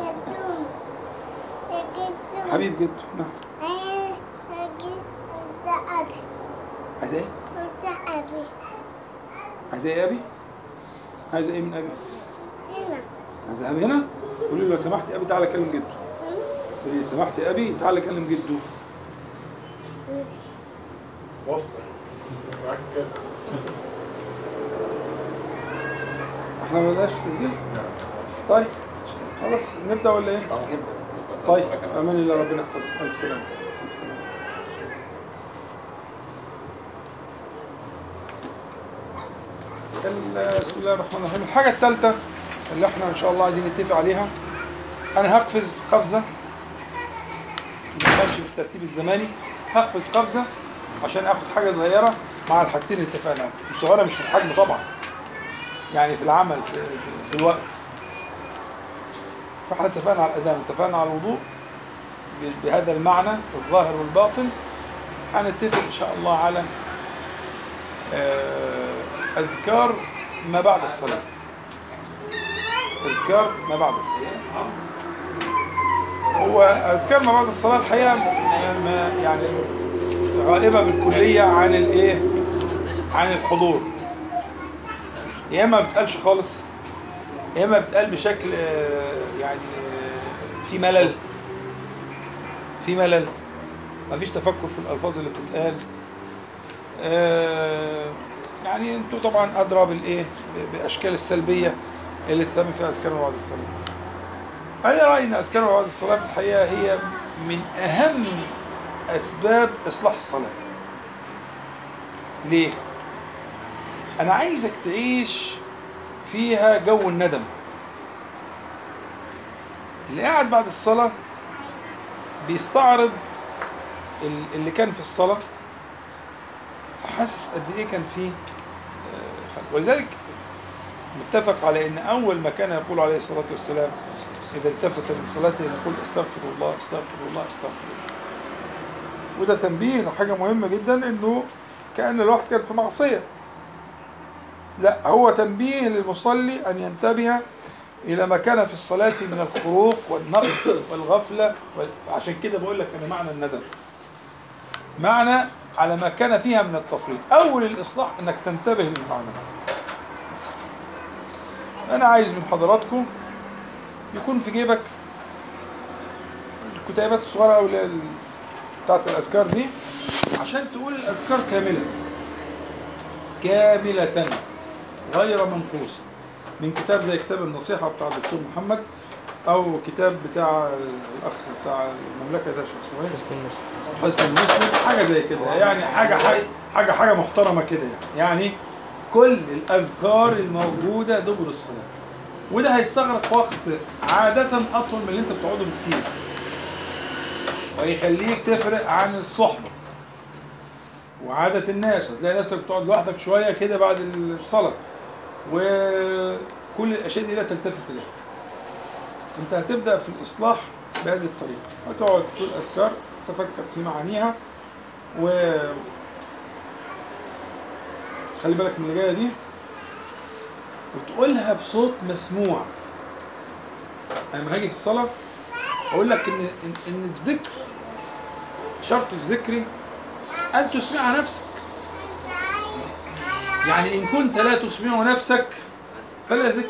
حبيب جدو. نعم. عايزه ايه؟ عايزه ايه يا ابي؟ عايزه ايه من ابي؟ هنا. عايزه ابي هنا؟ قولي له لو سمحت يا ابي تعالى كلم جدو. قولي لي سمحت يا ابي تعالى كلم جدو. واسطة معاك كده. احنا ما بدناش في تسجيل؟ طيب خلاص نبدا ولا ايه؟ نبدا. طيب امان الله، ربنا يحفظك. الف سلامه. الف سلامه. بسم الله الرحمن الرحيم. الحاجه الثالثه اللي احنا ان شاء الله عايزين نتفق عليها انا هقفز قفزه مش بالترتيب الزماني، هقفز قفزه عشان اخد حاجه صغيره مع الحاجتين اللي اتفقنا عليهم. مش صغيره مش في الحجم طبعا، يعني في العمل في الوقت. فاحنا اتفقنا على الاذان واتفقنا على الوضوء بهذا المعنى الظاهر والباطن. هنتفق ان شاء الله على اذكار ما بعد الصلاه. اذكار ما بعد الصلاه، هو اذكار ما بعد الصلاه الحقيقه يعني غائبه بالكليه عن الايه، عن الحضور. يا اما ما بتقالش خالص، يا اما بتقال بشكل يعني في ملل، في ملل، ما فيش تفكر في الالفاظ اللي بتتقال. يعني انتوا طبعا ادرى بالايه، باشكال السلبيه اللي بتتعمل فيها اذكار ما بعد الصلاه. انا رايي ان اذكار ما بعد الصلاه في الحقيقه هي من اهم اسباب اصلاح الصلاه. ليه؟ انا عايزك تعيش فيها جو الندم. اللي قاعد بعد الصلاه بيستعرض اللي كان في الصلاه، فحاسس قد ايه كان فيه خلق. ولذلك متفق على ان اول ما كان يقول عليه الصلاه والسلام اذا التفت من صلاته يقول استغفر الله استغفر الله استغفر الله. وده تنبيه لحاجه مهمه جدا، انه كأن الواحد كان في معصيه. لا، هو تنبيه للمصلي ان ينتبه الى ما كان في الصلاه من الخروق والنقص والغفله. عشان كده بقول لك انا معنى الندم، معنى على ما كان فيها من التفريط. اول الاصلاح انك تنتبه للمعنى. انا عايز من حضراتكم يكون في جيبك الكتيبات الصغيره او بتاعت الاذكار دي، عشان تقول الاذكار كامله كامله غير منقوصه، من كتاب زي كتاب النصيحه بتاع الدكتور محمد، او كتاب بتاع الاخ بتاع المملكه ده اسمه ايه؟ حسن المسلم، حاجه زي كده يعني، حاجه محترمه كده يعني كل الاذكار الموجوده دبر الصلاه. وده هيستغرق وقت عاده اطول من اللي انت بتقعده بكتير، ويخليك تفرق عن الصحبه وعاده الناس. هتلاقي نفسك بتقعد لوحدك شويه كده بعد الصلاه، وكل الاشياء دي لا تلتفت اليها. انت هتبدا في الاصلاح بهذه الطريقه، هتقعد تقول اذكار تفكر في معانيها، و خلي بالك من اللي جايه دي، وتقولها بصوت مسموع. انا لما هاجي في الصلاه اقول لك ان الذكر شرط الذكر ان تسمع نفسك. يعني ان كنت لا تسمع نفسك فلا ذكر.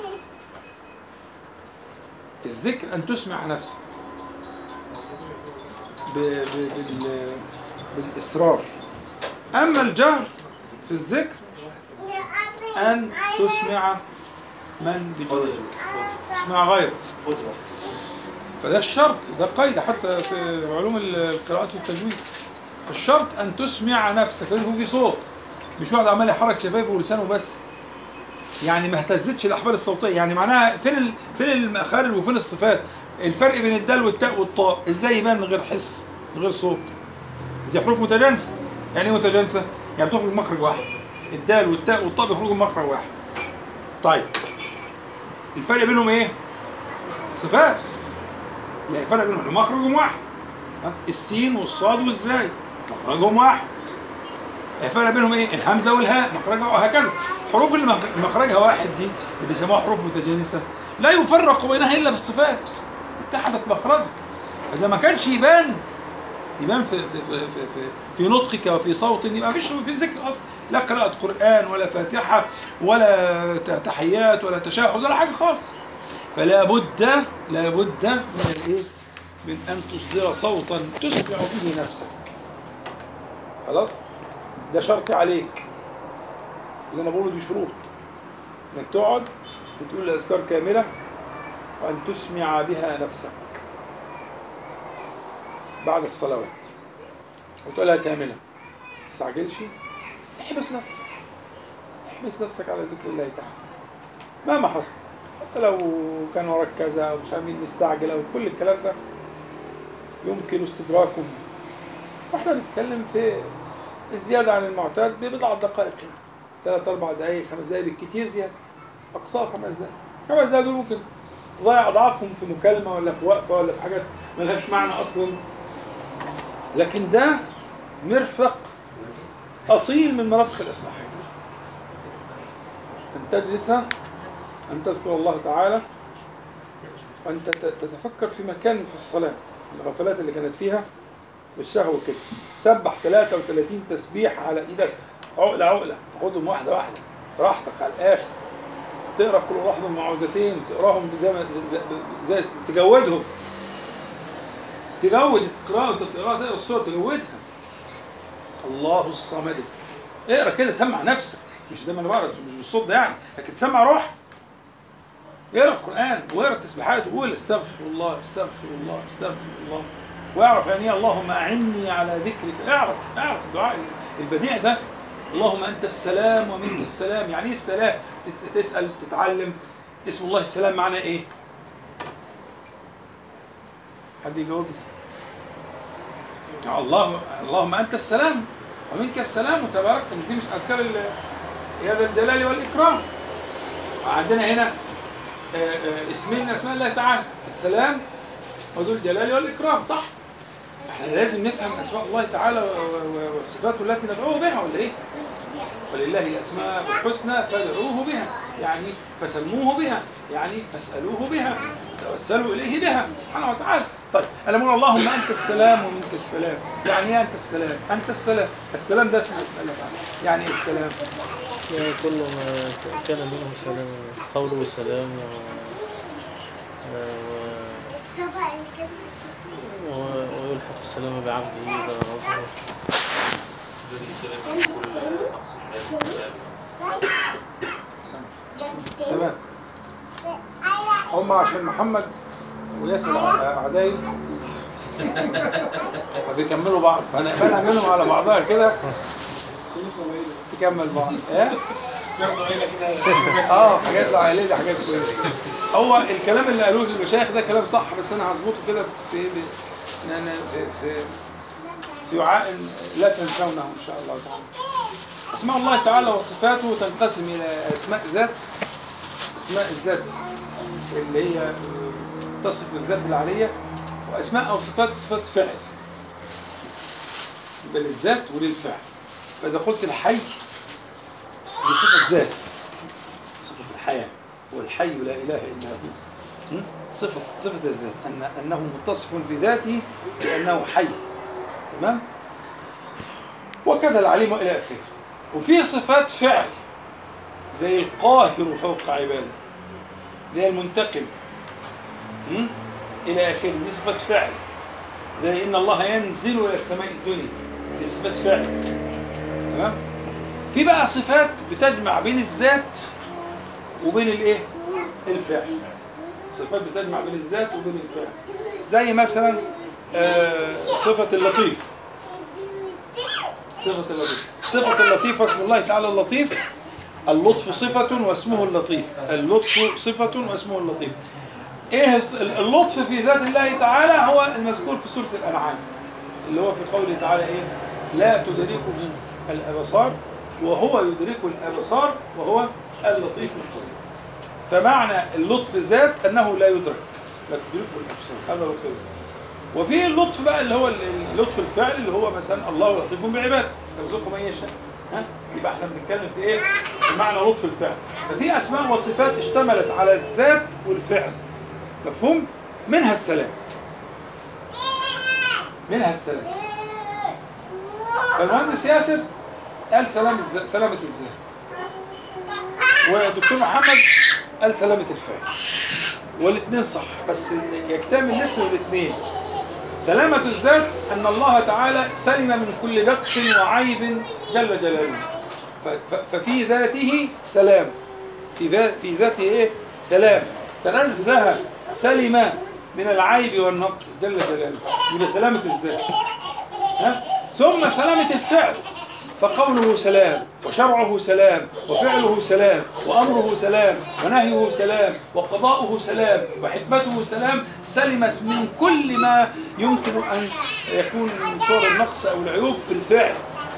الذكر ان تسمع نفسك بالاصرار. اما الجهر في الذكر ان تسمع من بجوارك، تسمع غيرك. فده الشرط، ده قيد حتى في علوم القراءات والتجويد. الشرط ان تسمع نفسك، لازم يكون في صوت، مش واحد عمال يحرك شفايفه ولسانه بس، يعني ما اهتزتش الاحبال الصوتيه. يعني معناها فين المخارج وفين الصفات؟ الفرق بين الدال والتاء والطاء ازاي يبان من غير حس، من غير صوت؟ دي حروف متجانسه. يعني ايه متجانسه؟ يعني بتخرج مخرج واحد. الدال والتاء والطاء بيخرجوا مخرج واحد. طيب الفرق بينهم ايه؟ صفات. لا، الفرق بينهم مخرجهم واحد. السين والصاد والزاي مخرجهم واحد. الفرق بينهم ايه؟ الهمزه والهاء مخرجها، وهكذا. الحروف اللي مخرجها واحد دي اللي بيسموها حروف متجانسه لا يفرق بينها الا بالصفات، اتحدت مخرجها. اذا ما كانش يبان في نطقك وفي صوت، يبقى مفيش في ذكر اصلا، لا قراءة قرآن ولا فاتحة ولا تحيات ولا تشهد ولا حاجة خالص. فلا بد من الايه؟ من ان تصدر صوتا تسمع به نفسك. خلاص؟ ده شرط عليك. اللي انا بقوله دي شروط. انك تقعد وتقول الاذكار كاملة وان تسمع بها نفسك بعد الصلوات، وتقولها كاملة. ما تستعجلش، احبس نفسك على ذكر الله تعالى مهما حصل. حتى لو كان وراك كذا او مش عارفين نستعجل او كل الكلام ده يمكن استدراكه. واحنا بنتكلم في الزياده عن المعتاد ببضع دقائق، 3 4 دقائق 5 دقائق بالكثير زياده، اقصاها 5 دقائق. 5 دقائق دول ممكن تضيع اضعافهم في مكالمه ولا في وقفه ولا في حاجات ملهاش معنى اصلا. لكن ده مرفق اصيل من مرافق الاصلاح، ان تجلس ان تذكر الله تعالى وانت تتفكر في مكان في الصلاه، الغفلات اللي كانت فيها والشهوه كده. سبح 33 تسبيح على ايدك عقله عقله، تاخدهم واحده واحده براحتك على الاخر. تقرا كل واحده معوذتين، تقراهم زي تجودهم، تجود القراءه وانت بتقراها، تقرا السوره تجودها. الله الصمد، اقرا كده، سمع نفسك، مش زي ما انا بقرا مش بالصوت ده يعني، لكن تسمع روح. اقرا القران واقرا التسبيحات وقول استغفر الله استغفر الله استغفر الله، واعرف يعني ايه اللهم اعني على ذكرك. اعرف الدعاء البديع ده، اللهم انت السلام ومنك السلام. يعني ايه السلام؟ تسال تتعلم اسم الله السلام معناه ايه؟ حد يجاوبني؟ اللهم انت السلام ومنك السلام وتبارك. دي مش اذكار يا ذا الجلال والاكرام. عندنا هنا اسمين من اسماء الله تعالى، السلام وذو الجلال والاكرام، صح؟ احنا لازم نفهم اسماء الله تعالى وصفاته التي ندعوه بها، ولا ايه؟ ولله الاسماء الحسنى فادعوه بها، يعني فسموه بها، يعني فاسالوه بها، توسلوا اليه بها سبحانه وتعالى. طيب انا بقول اللهم انت السلام ومنك السلام، يعني ايه انت السلام؟ انت السلام، السلام ده اسم الله تعالى. يعني ايه السلام؟ يعني كل ما كان منه سلام، قوله سلام ويلحق السلام بعبده إذا رضي. تمام. هم عشان محمد وياسر عدايل وبيكملوا بعض، فنقبلها منهم على بعضها كده تكمل بعض. ايه؟ حاجات العائليه دي حاجات كويسه. هو الكلام اللي قالوه المشايخ ده كلام صح، بس انا هظبطه كده في وعاء لا تنسونه ان شاء الله تعالى. اسماء الله تعالى وصفاته تنقسم الى اسماء ذات، اسماء الذات اللي هي تصف الذات العاليه، واسماء او صفات فعل، يبقى للذات وللفعل. فاذا قلت الحي دي صفه ذات، صفه الحياه، والحي لا اله الا هو، صفه الذات، انه متصف بذاته لانه حي. تمام؟ وكذا العليم الى اخره. وفي صفات فعل زي القاهر فوق عباده، زي المنتقم الى اخره، دي صفه فعل. زي ان الله ينزل الى السماء الدنيا، دي صفه فعل. تمام؟ في بقى صفات بتجمع بين الذات وبين الايه؟ الفعل. صفات بتجمع بين الذات وبين الفعل، زي مثلا صفة اللطيف. صفة اللطيف واسم الله تعالى اللطيف. اللطف صفة واسمه اللطيف. اللطف صفة واسمه اللطيف. ايه اللطف في ذات الله تعالى؟ هو المذكور في سورة الأنعام، اللي هو في قوله تعالى ايه؟ لا تدركه الأبصار وهو يدرك الأبصار وهو اللطيف الخبير. فمعنى اللطف الذات أنه لا يدرك، لا تدركه الأبصار، هذا لطف. وفي اللطف بقى اللي هو اللطف الفعل، اللي هو مثلا الله لطيف بعباده يرزق من يشاء. يبقى احنا بنتكلم في ايه؟ بمعنى لطف الفعل. ففي اسماء وصفات اشتملت على الذات والفعل، مفهوم؟ منها السلام، منها السلام. فالمهندس ياسر قال سلامة الذات، والدكتور محمد قال سلامة الفعل، والاثنين صح، بس يكتمل الاسم والاثنين. سلامة الذات أن الله تعالى سلم من كل نقص وعيب جل جلاله، ففي ذاته سلام، في ذاته إيه؟ سلام، تنزه سلم من العيب والنقص جل جلاله، يبقى سلامة الذات. ثم سلامة الفعل، فقوله سلام وشرعه سلام وفعله سلام وأمره سلام ونهيه سلام وقضاؤه سلام وحكمته سلام، سلمت من كل ما يمكن أن يكون من صور النقص أو العيوب في الفعل.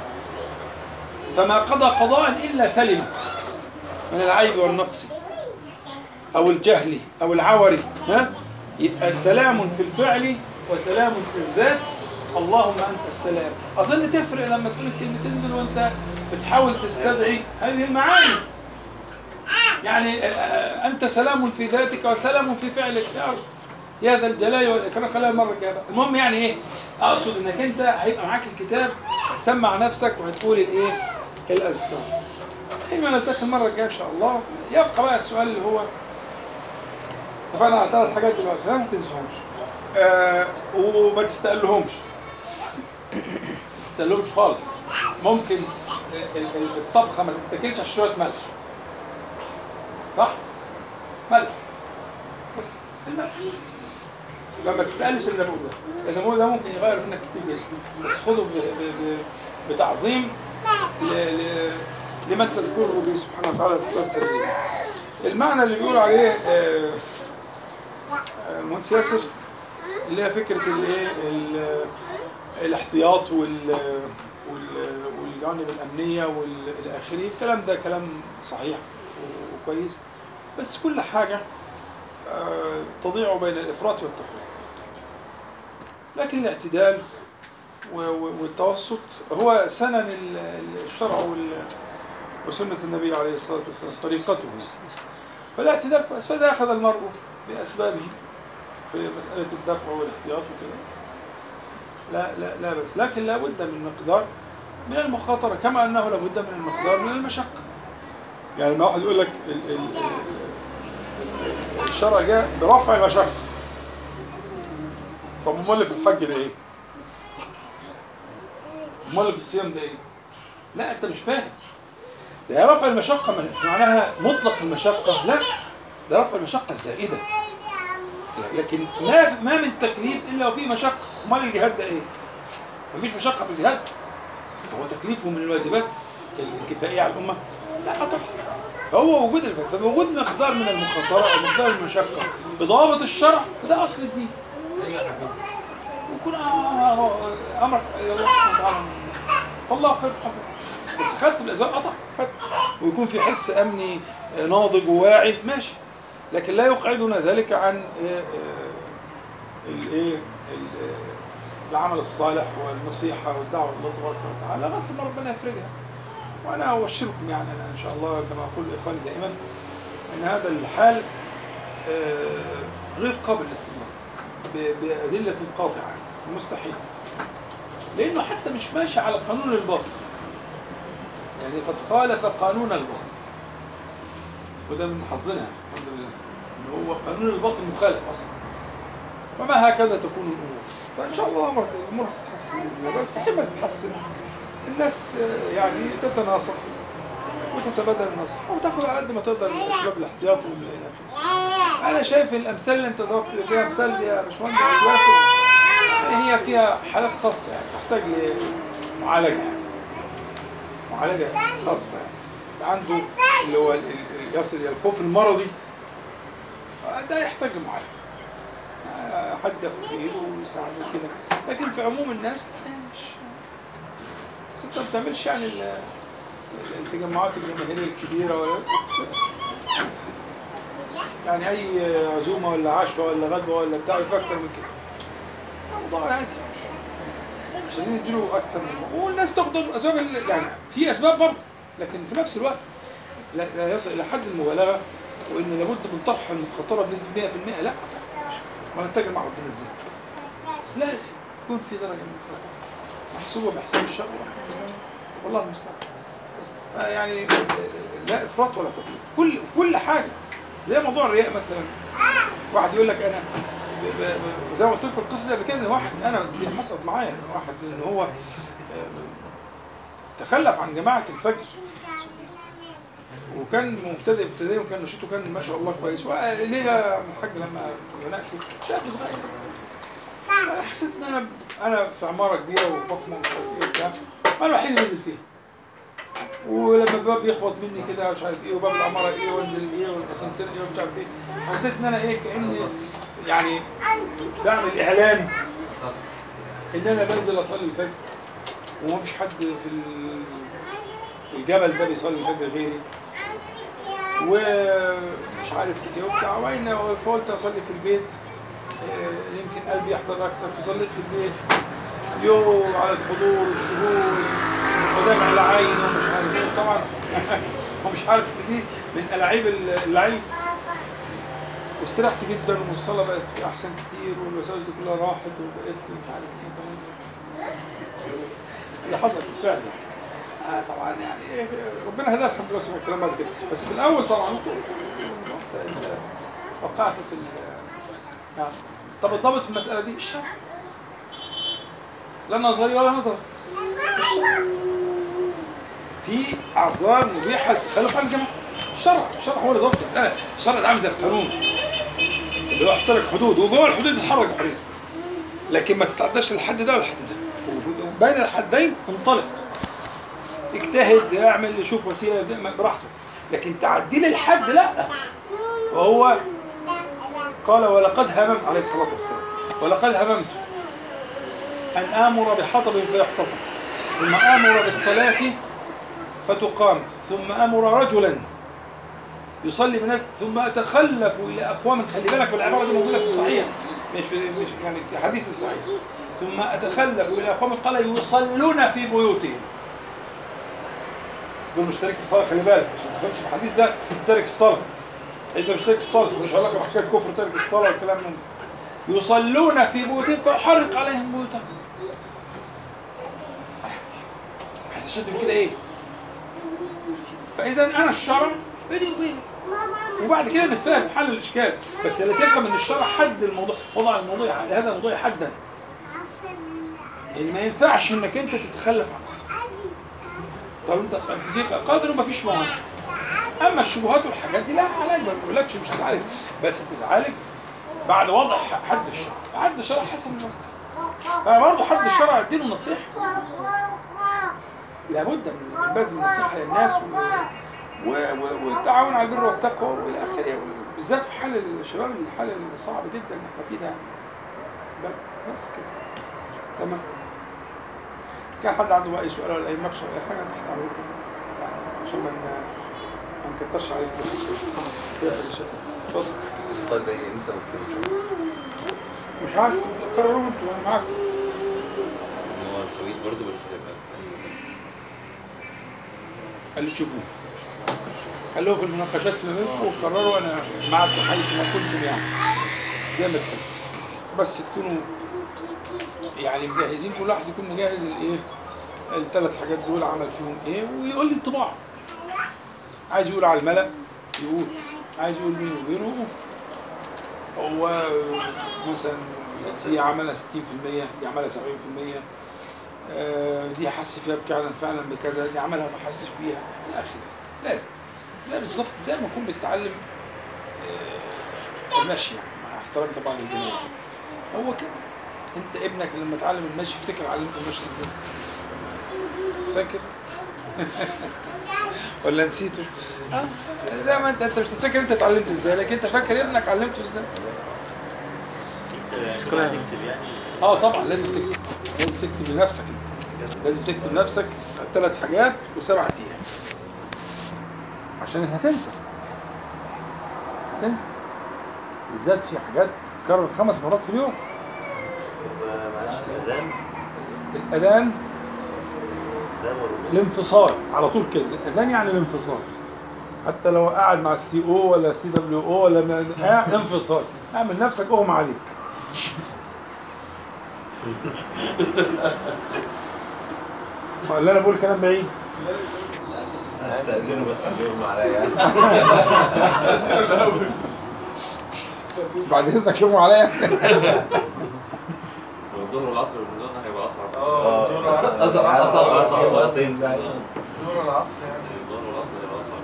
فما قضى قضاء إلا سلم من العيب والنقص أو الجهل أو العور. يبقى سلام في الفعل وسلام في الذات. اللهم أنت السلام. أظن تفرق لما تقول الكلمتين دول وأنت بتحاول تستدعي هذه المعاني. يعني أنت سلام في ذاتك وسلام في فعلك يا رب يا ذا الجلال والإكرام. خليها المرة الجاية. المهم يعني إيه؟ أقصد إنك أنت هيبقى معاك الكتاب هتسمع نفسك وهتقول الإيه؟ الأذكار. ما نلتقي المرة الجاية إن شاء الله. يبقى بقى السؤال اللي هو اتفقنا على 3 حاجات دلوقتي، ما تنسوهمش وما تستقلهمش. ما تستقلهمش خالص. ممكن الطبخة ما تتاكلش على شوية ملح، صح؟ ملح بس، الملح. ما تستقلش الليمون ده، الليمون ده ممكن يغير منك كتير جدا، بس خده بتعظيم لمن تذكره به سبحانه وتعالى تتوسل إليه. المعنى اللي بيقول عليه المهندس ياسر اللي هي فكرة الايه الاحتياط والجوانب الأمنية والآخري، الكلام ده كلام صحيح وكويس، بس كل حاجة تضيع بين الإفراط والتفريط. لكن الاعتدال والتوسط هو سنن الشرع وسنة النبي عليه الصلاة والسلام، طريقته. فالاعتدال كويس. فإذا أخذ المرء بأسبابه في مسألة الدفع والاحتياط وكذا لا بس، لكن لا بد من مقدار من المخاطرة، كما أنه لا بد من المقدار من المشقة. يعني ما واحد يقول لك الشرع جاء برفع المشقة، طب امال في الحج ده ايه؟ امال في الصيام ده ايه؟ لا انت مش فاهم. ده رفع المشقة مش معناها مطلق المشقة، لا، ده رفع المشقة الزائدة. لكن ما من تكليف الا وفيه مشقة. امال الجهاد ده ايه؟ مفيش مشقة في الجهاد؟ هو تكليفه من الواجبات الكفائية على الأمة؟ لا طبعا. فهو وجود مقدار من المخاطرة أو مقدار من المشقة بضوابط الشرع ده أصل الدين. ويكون أمرك إلى الله سبحانه وتعالى فالله خير حافظ. بس خدت بالأسباب قطع خدت، ويكون في حس أمني ناضج وواعي ماشي، لكن لا يقعدنا ذلك عن العمل الصالح والنصيحة والدعوة الله تبارك وتعالى لغاية ما ربنا يفرجها. وأنا أبشركم يعني أنا إن شاء الله كما أقول لإخواني دائما أن هذا الحال غير قابل للاستمرار بأدلة قاطعة، مستحيل، لأنه حتى مش ماشي على قانون الباطل، يعني قد خالف قانون الباطل، وده من حظنا الحمد لله إن هو قانون الباطل مخالف أصلا. وما هكذا تكون الأمور. فإن شاء الله الأمور هتتحسن، بس حين تتحسن الناس يعني تتناصح وتتبادل النصيحة وتاخذ على قد ما تقدر الأسباب الاحتياط والى آخره. أنا شايف الأمثال اللي أنت ضربت بها أمثال يا باشمهندس ياسر هي فيها حالات خاصة يعني تحتاج لمعالجة، معالجة خاصة يعني. عنده اللي هو يصل إلى الخوف المرضي ده يحتاج لمعالجة، حد ياخد بايده ويساعده كده. لكن في عموم الناس مش انت ما بتعملش يعني التجمعات الجماهيريه الكبيره ولا يعني اي عزومه ولا عشوه ولا غدوه ولا بتاع في اكتر من كده. الموضوع عادي مش عايزين يديله اكتر من والناس بتاخد اسباب يعني في اسباب برضه، لكن في نفس الوقت لا يصل الى حد المبالغه وان لابد من طرح المخاطره بنسبه 100%. لا وهنتاجر مع ربنا ازاي؟ لازم يكون في درجه من المخاطره محسوبه بحساب الشر والله المستعان. يعني لا افراط ولا تفريط في كل حاجه. زي موضوع الرياء مثلا، واحد يقول لك انا زي ما قلت لكم القصه دي قبل كده، ان واحد انا حصلت معايا واحد ان هو تخلف عن جماعه الفجر وكان مبتدئ وكان نشاطه كان ما شاء الله كويس. وليه يا الحاج لما بناقشه شاب صغير انا حسيت ان انا في عماره كبيره وفخمه ومش عارف ايه وبتاع، انا الوحيد اللي نزل فيها ولما الباب يخبط مني كده مش عارف ايه، وباب العماره ايه، وانزل ايه، والاسانسير ايه، ومش عارف ايه، حسيت ان انا ايه كاني يعني بعمل اعلان ان انا بنزل اصلي الفجر، ومفيش حد في الجبل ده بيصلي الفجر غيري، ومش عارف ايه وبتاع. وبعدين فقلت اصلي في البيت، يمكن قلبي يحضر اكتر، فصليت في البيت يوم على الحضور والشهود ودمع العين ومش عارف ايه. طبعا هو مش عارف ان دي من الاعيب اللعيب. واستريحت جدا، والصلاه بقت احسن كتير، والوساوس دي كلها راحت، وبقيت مش عارف ايه كمان. اللي حصل بالفعل طبعا يعني ربنا هداه الحمد لله. سمع الكلام بعد كده، بس في الاول طبعا انت وقعت في يعني. طب الضابط في المساله دي الشرع، لا نظري ولا نظري. في اعذار مبيحه للتخلف عن الجماعه. الشرع هو اللي ظابط. لا، الشرع ده عامل زي القانون اللي هو يحط لك حدود، وجوه الحدود تتحرك بحريتك، لكن ما تتعداش الحد ده ولا الحد ده، وبين الحدين انطلق، اجتهد، اعمل، شوف وسيله براحتك، لكن تعدي للحد لا. وهو قال ولقد هممت عليه الصلاه والسلام، ولقد هممت ان امر بحطب فيحتطب، ثم امر بالصلاه فتقام، ثم امر رجلا يصلي بالناس، ثم اتخلف الى اقوام. خلي بالك بالعباره دي موجوده في الصحيح، مش يعني في حديث الصحيح. ثم اتخلف الى اقوام قال يصلون في بيوتهم. دول مشترك الصلاه، خلي بالك عشان ما تفهمش الحديث ده مشترك الصلاه. اذا مشترك الصلاه مش علاقه بحكايه كفر ترك الصلاه والكلام من ده. يصلون في بيوتهم فاحرق عليهم بيوتهم. حاسس من كده ايه؟ فاذا انا الشرع بيني وبينك، وبعد كده نتفاهم في حل الاشكال، بس اللي تفهم ان الشرع حد الموضوع، وضع الموضوع هذا الموضوع حدا، ان ما ينفعش انك انت تتخلف عن الصلاه. طب انت في قادر وما فيش مانع. اما الشبهات والحاجات دي لا علاج، ما بقولكش مش هتعالج، بس تتعالج بعد وضع حد الشرع. فحد الشرع حسن المسألة، فبرضه حد الشرع اديله نصيحه، لابد من بذل النصيحه للناس والتعاون على البر والتقوى والى اخره، بالذات في حال الشباب، الحال الصعب جدا اللي احنا فيه ده. بس كده تمام. كان حد عنده بقى اي سؤال ولا اي مناقشه ولا اي حاجه تحت امركم يعني، عشان ما نكترش عليكم. اتفضل. طيب انت مش عارف، قرروا انتوا، انا معاكم. هو الخميس برضه بس هيبقى اللي تشوفوه خلوه في المناقشات في بينكم، وقرروا انا معكم حيث ما كنتم يعني زي ما تكونوا، بس تكونوا يعني مجهزين، كل واحد يكون مجهز الايه الثلاث حاجات دول عمل فيهم ايه، ويقول لي انطباع. عايز يقول على الملأ يقول، عايز يقول بينه وبينه هو مثلا دي عملها 60%، دي عملها 70%، دي حس فيها فعلا بكذا، دي عملها ما حسش بيها الى اخره. لازم ده بالظبط زي ما تكون بتتعلم المشي يعني، مع احترام طبعا الجنيه. هو كده انت ابنك لما تعلم المشي افتكر علمته المشي ازاي؟ فاكر؟ ولا نسيته؟ زي ما انت مش تفتكر انت اتعلمت ازاي، لكن انت فاكر ابنك علمته ازاي؟ تكتب يعني. طبعا لازم تكتب، لازم تكتب لنفسك انت، لازم تكتب لنفسك 3 حاجات و7 ايام، عشان هتنسى بالذات في حاجات تتكرر 5 مرات في اليوم. معلش الأذان الانفصال على طول كده، الأذان يعني الانفصال، حتى لو قاعد مع السي او ولا سي دبليو او ولا انفصال، اعمل نفسك اغمى عليك. ولا انا بقول كلام بعيد؟ استاذنه بس يغمى عليا. بعد اذنك يغمى عليا. الظهر والعصر بالنسبه لنا هيبقى اصعب. الظهر والعصر اصعب صلاتين. الظهر والعصر يعني. الظهر والعصر هيبقى اصعب.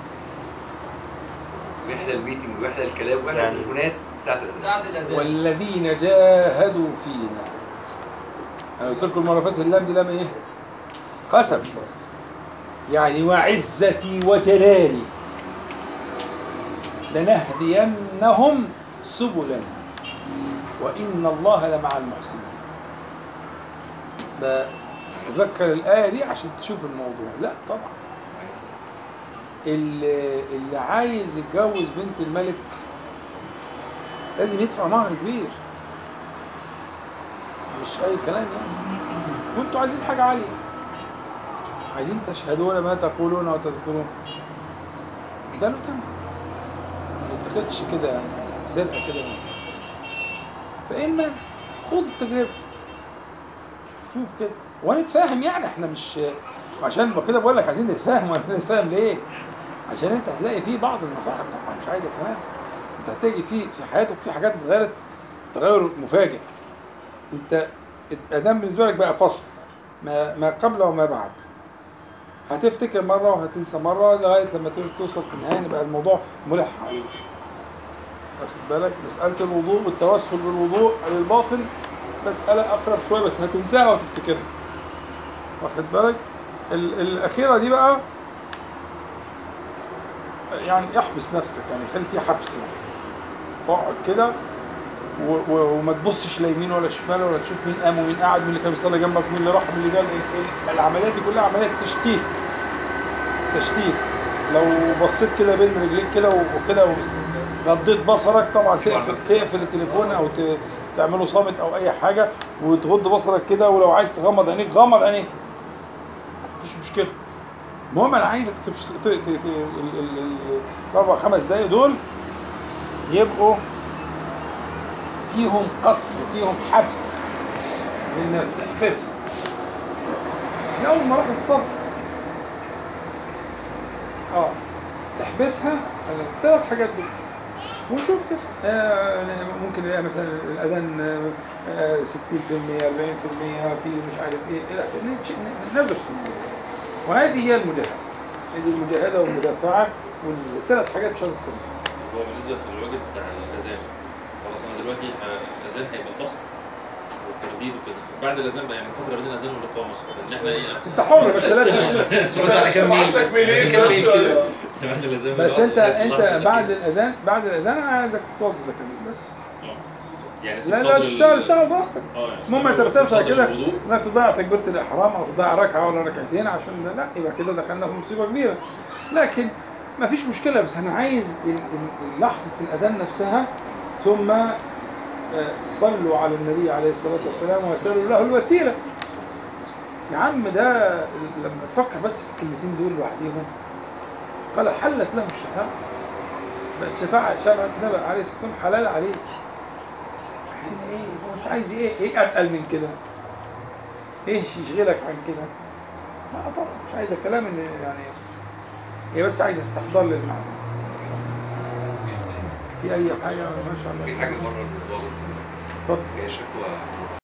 ويحلى الميتنج ويحلى الكلام ويحلى التليفونات ساعة الأذان. والذين جاهدوا فينا. أنا قلت لكم المرة اللي فاتت اللام دي لام إيه؟ قسم. يعني وعزتي وجلالي لنهدينهم سبلنا وإن الله لمع المحسنين. بتذكر الآية دي عشان تشوف الموضوع. لا طبعا اللي عايز يتجوز بنت الملك لازم يدفع مهر كبير، مش أي كلام يعني. وانتوا عايزين حاجة عالية، عايزين تشهدون ما تقولون وتذكرون، ده له تمن، ما تاخدش كده يعني سرقة كده. فإيه المانع؟ خد التجربة شوف كده ونتفاهم. يعني احنا مش عشان كده بقول لك عايزين نتفاهم. نتفاهم ليه؟ عشان انت هتلاقي فيه بعض المصاعب طبعا، مش عايز الكلام. انت هتلاقي في حياتك في حاجات اتغيرت تغير مفاجئ. انت ادام بالنسبه لك بقى فصل ما قبل وما بعد، هتفتكر مره وهتنسى مره لغايه لما توصل في النهايه يبقى الموضوع ملح عليك. واخد بالك؟ مساله الوضوء والتوسل بالوضوء للباطن مساله اقرب شويه، بس هتنساها وتفتكرها. واخد بالك؟ الاخيره دي بقى يعني احبس نفسك، يعني خلي فيه حبس. اقعد كده وما تبصش لا يمين ولا شمال، ولا تشوف مين قام ومين قاعد، مين اللي كان بيصلي جنبك ومين اللي راح ومين اللي جاي. العمليات دي كلها عمليات تشتيت. لو بصيت كده بين رجليك كده وكده وغضيت بصرك، طبعا تقفل التليفون او تعمله صامت او اي حاجه وتغض بصرك كده. ولو عايز تغمض عينيك غمض عينيك، مفيش مشكله. المهم انا عايزك الاربع 5 دقايق دول يبقوا فيهم قصر، فيهم حبس للنفس. احبسها. دي اول مراحل الصبر. تحبسها 3 حاجات دول ونشوف كده. ممكن نلاقي مثلا الاذان 60% 40% في مش عارف ايه، ندرس الموضوع. وهذه هي المجاهده. هذه المجاهده والمدافعه وال3 حاجات مش هتتم. هو بالنسبه في الوجه بتاع الاذان، خلاص انا دلوقتي الاذان هيبقى فصل والترديد وكده. بعد الاذان بقى يعني الفتره بين الاذان والاقامه ان احنا ايه، انت حر بس لازم ترد على كام ميل بس كده بعد الاذان. بس انت بعد الاذان عايزك تتوضى زكاه بس. يعني لا تشتغل براحتك. المهم ما ترتبش على كده انك تضيع تكبيره الاحرام او تضيع ركعه ولا ركعتين، عشان لا يبقى كده دخلنا في مصيبه كبيره. لكن ما فيش مشكله، بس انا عايز لحظه الاذان نفسها. ثم صلوا على النبي عليه الصلاه والسلام وسألوا له الوسيله. يا عم ده لما تفكر بس في الكلمتين دول لوحديهم، قال حلت له الشفاعه. بقت شفاعه النبي عليه الصلاه والسلام حلال عليه. يعني ايه هو انت عايز ايه اتقل من كده؟ ايه يشغلك عن كده؟ لا طبعا مش عايز الكلام ان يعني هي بس عايز استحضار للمعنى. في اي حاجه ما شاء الله. في حاجه مره الضابط اتفضل. هي شكوى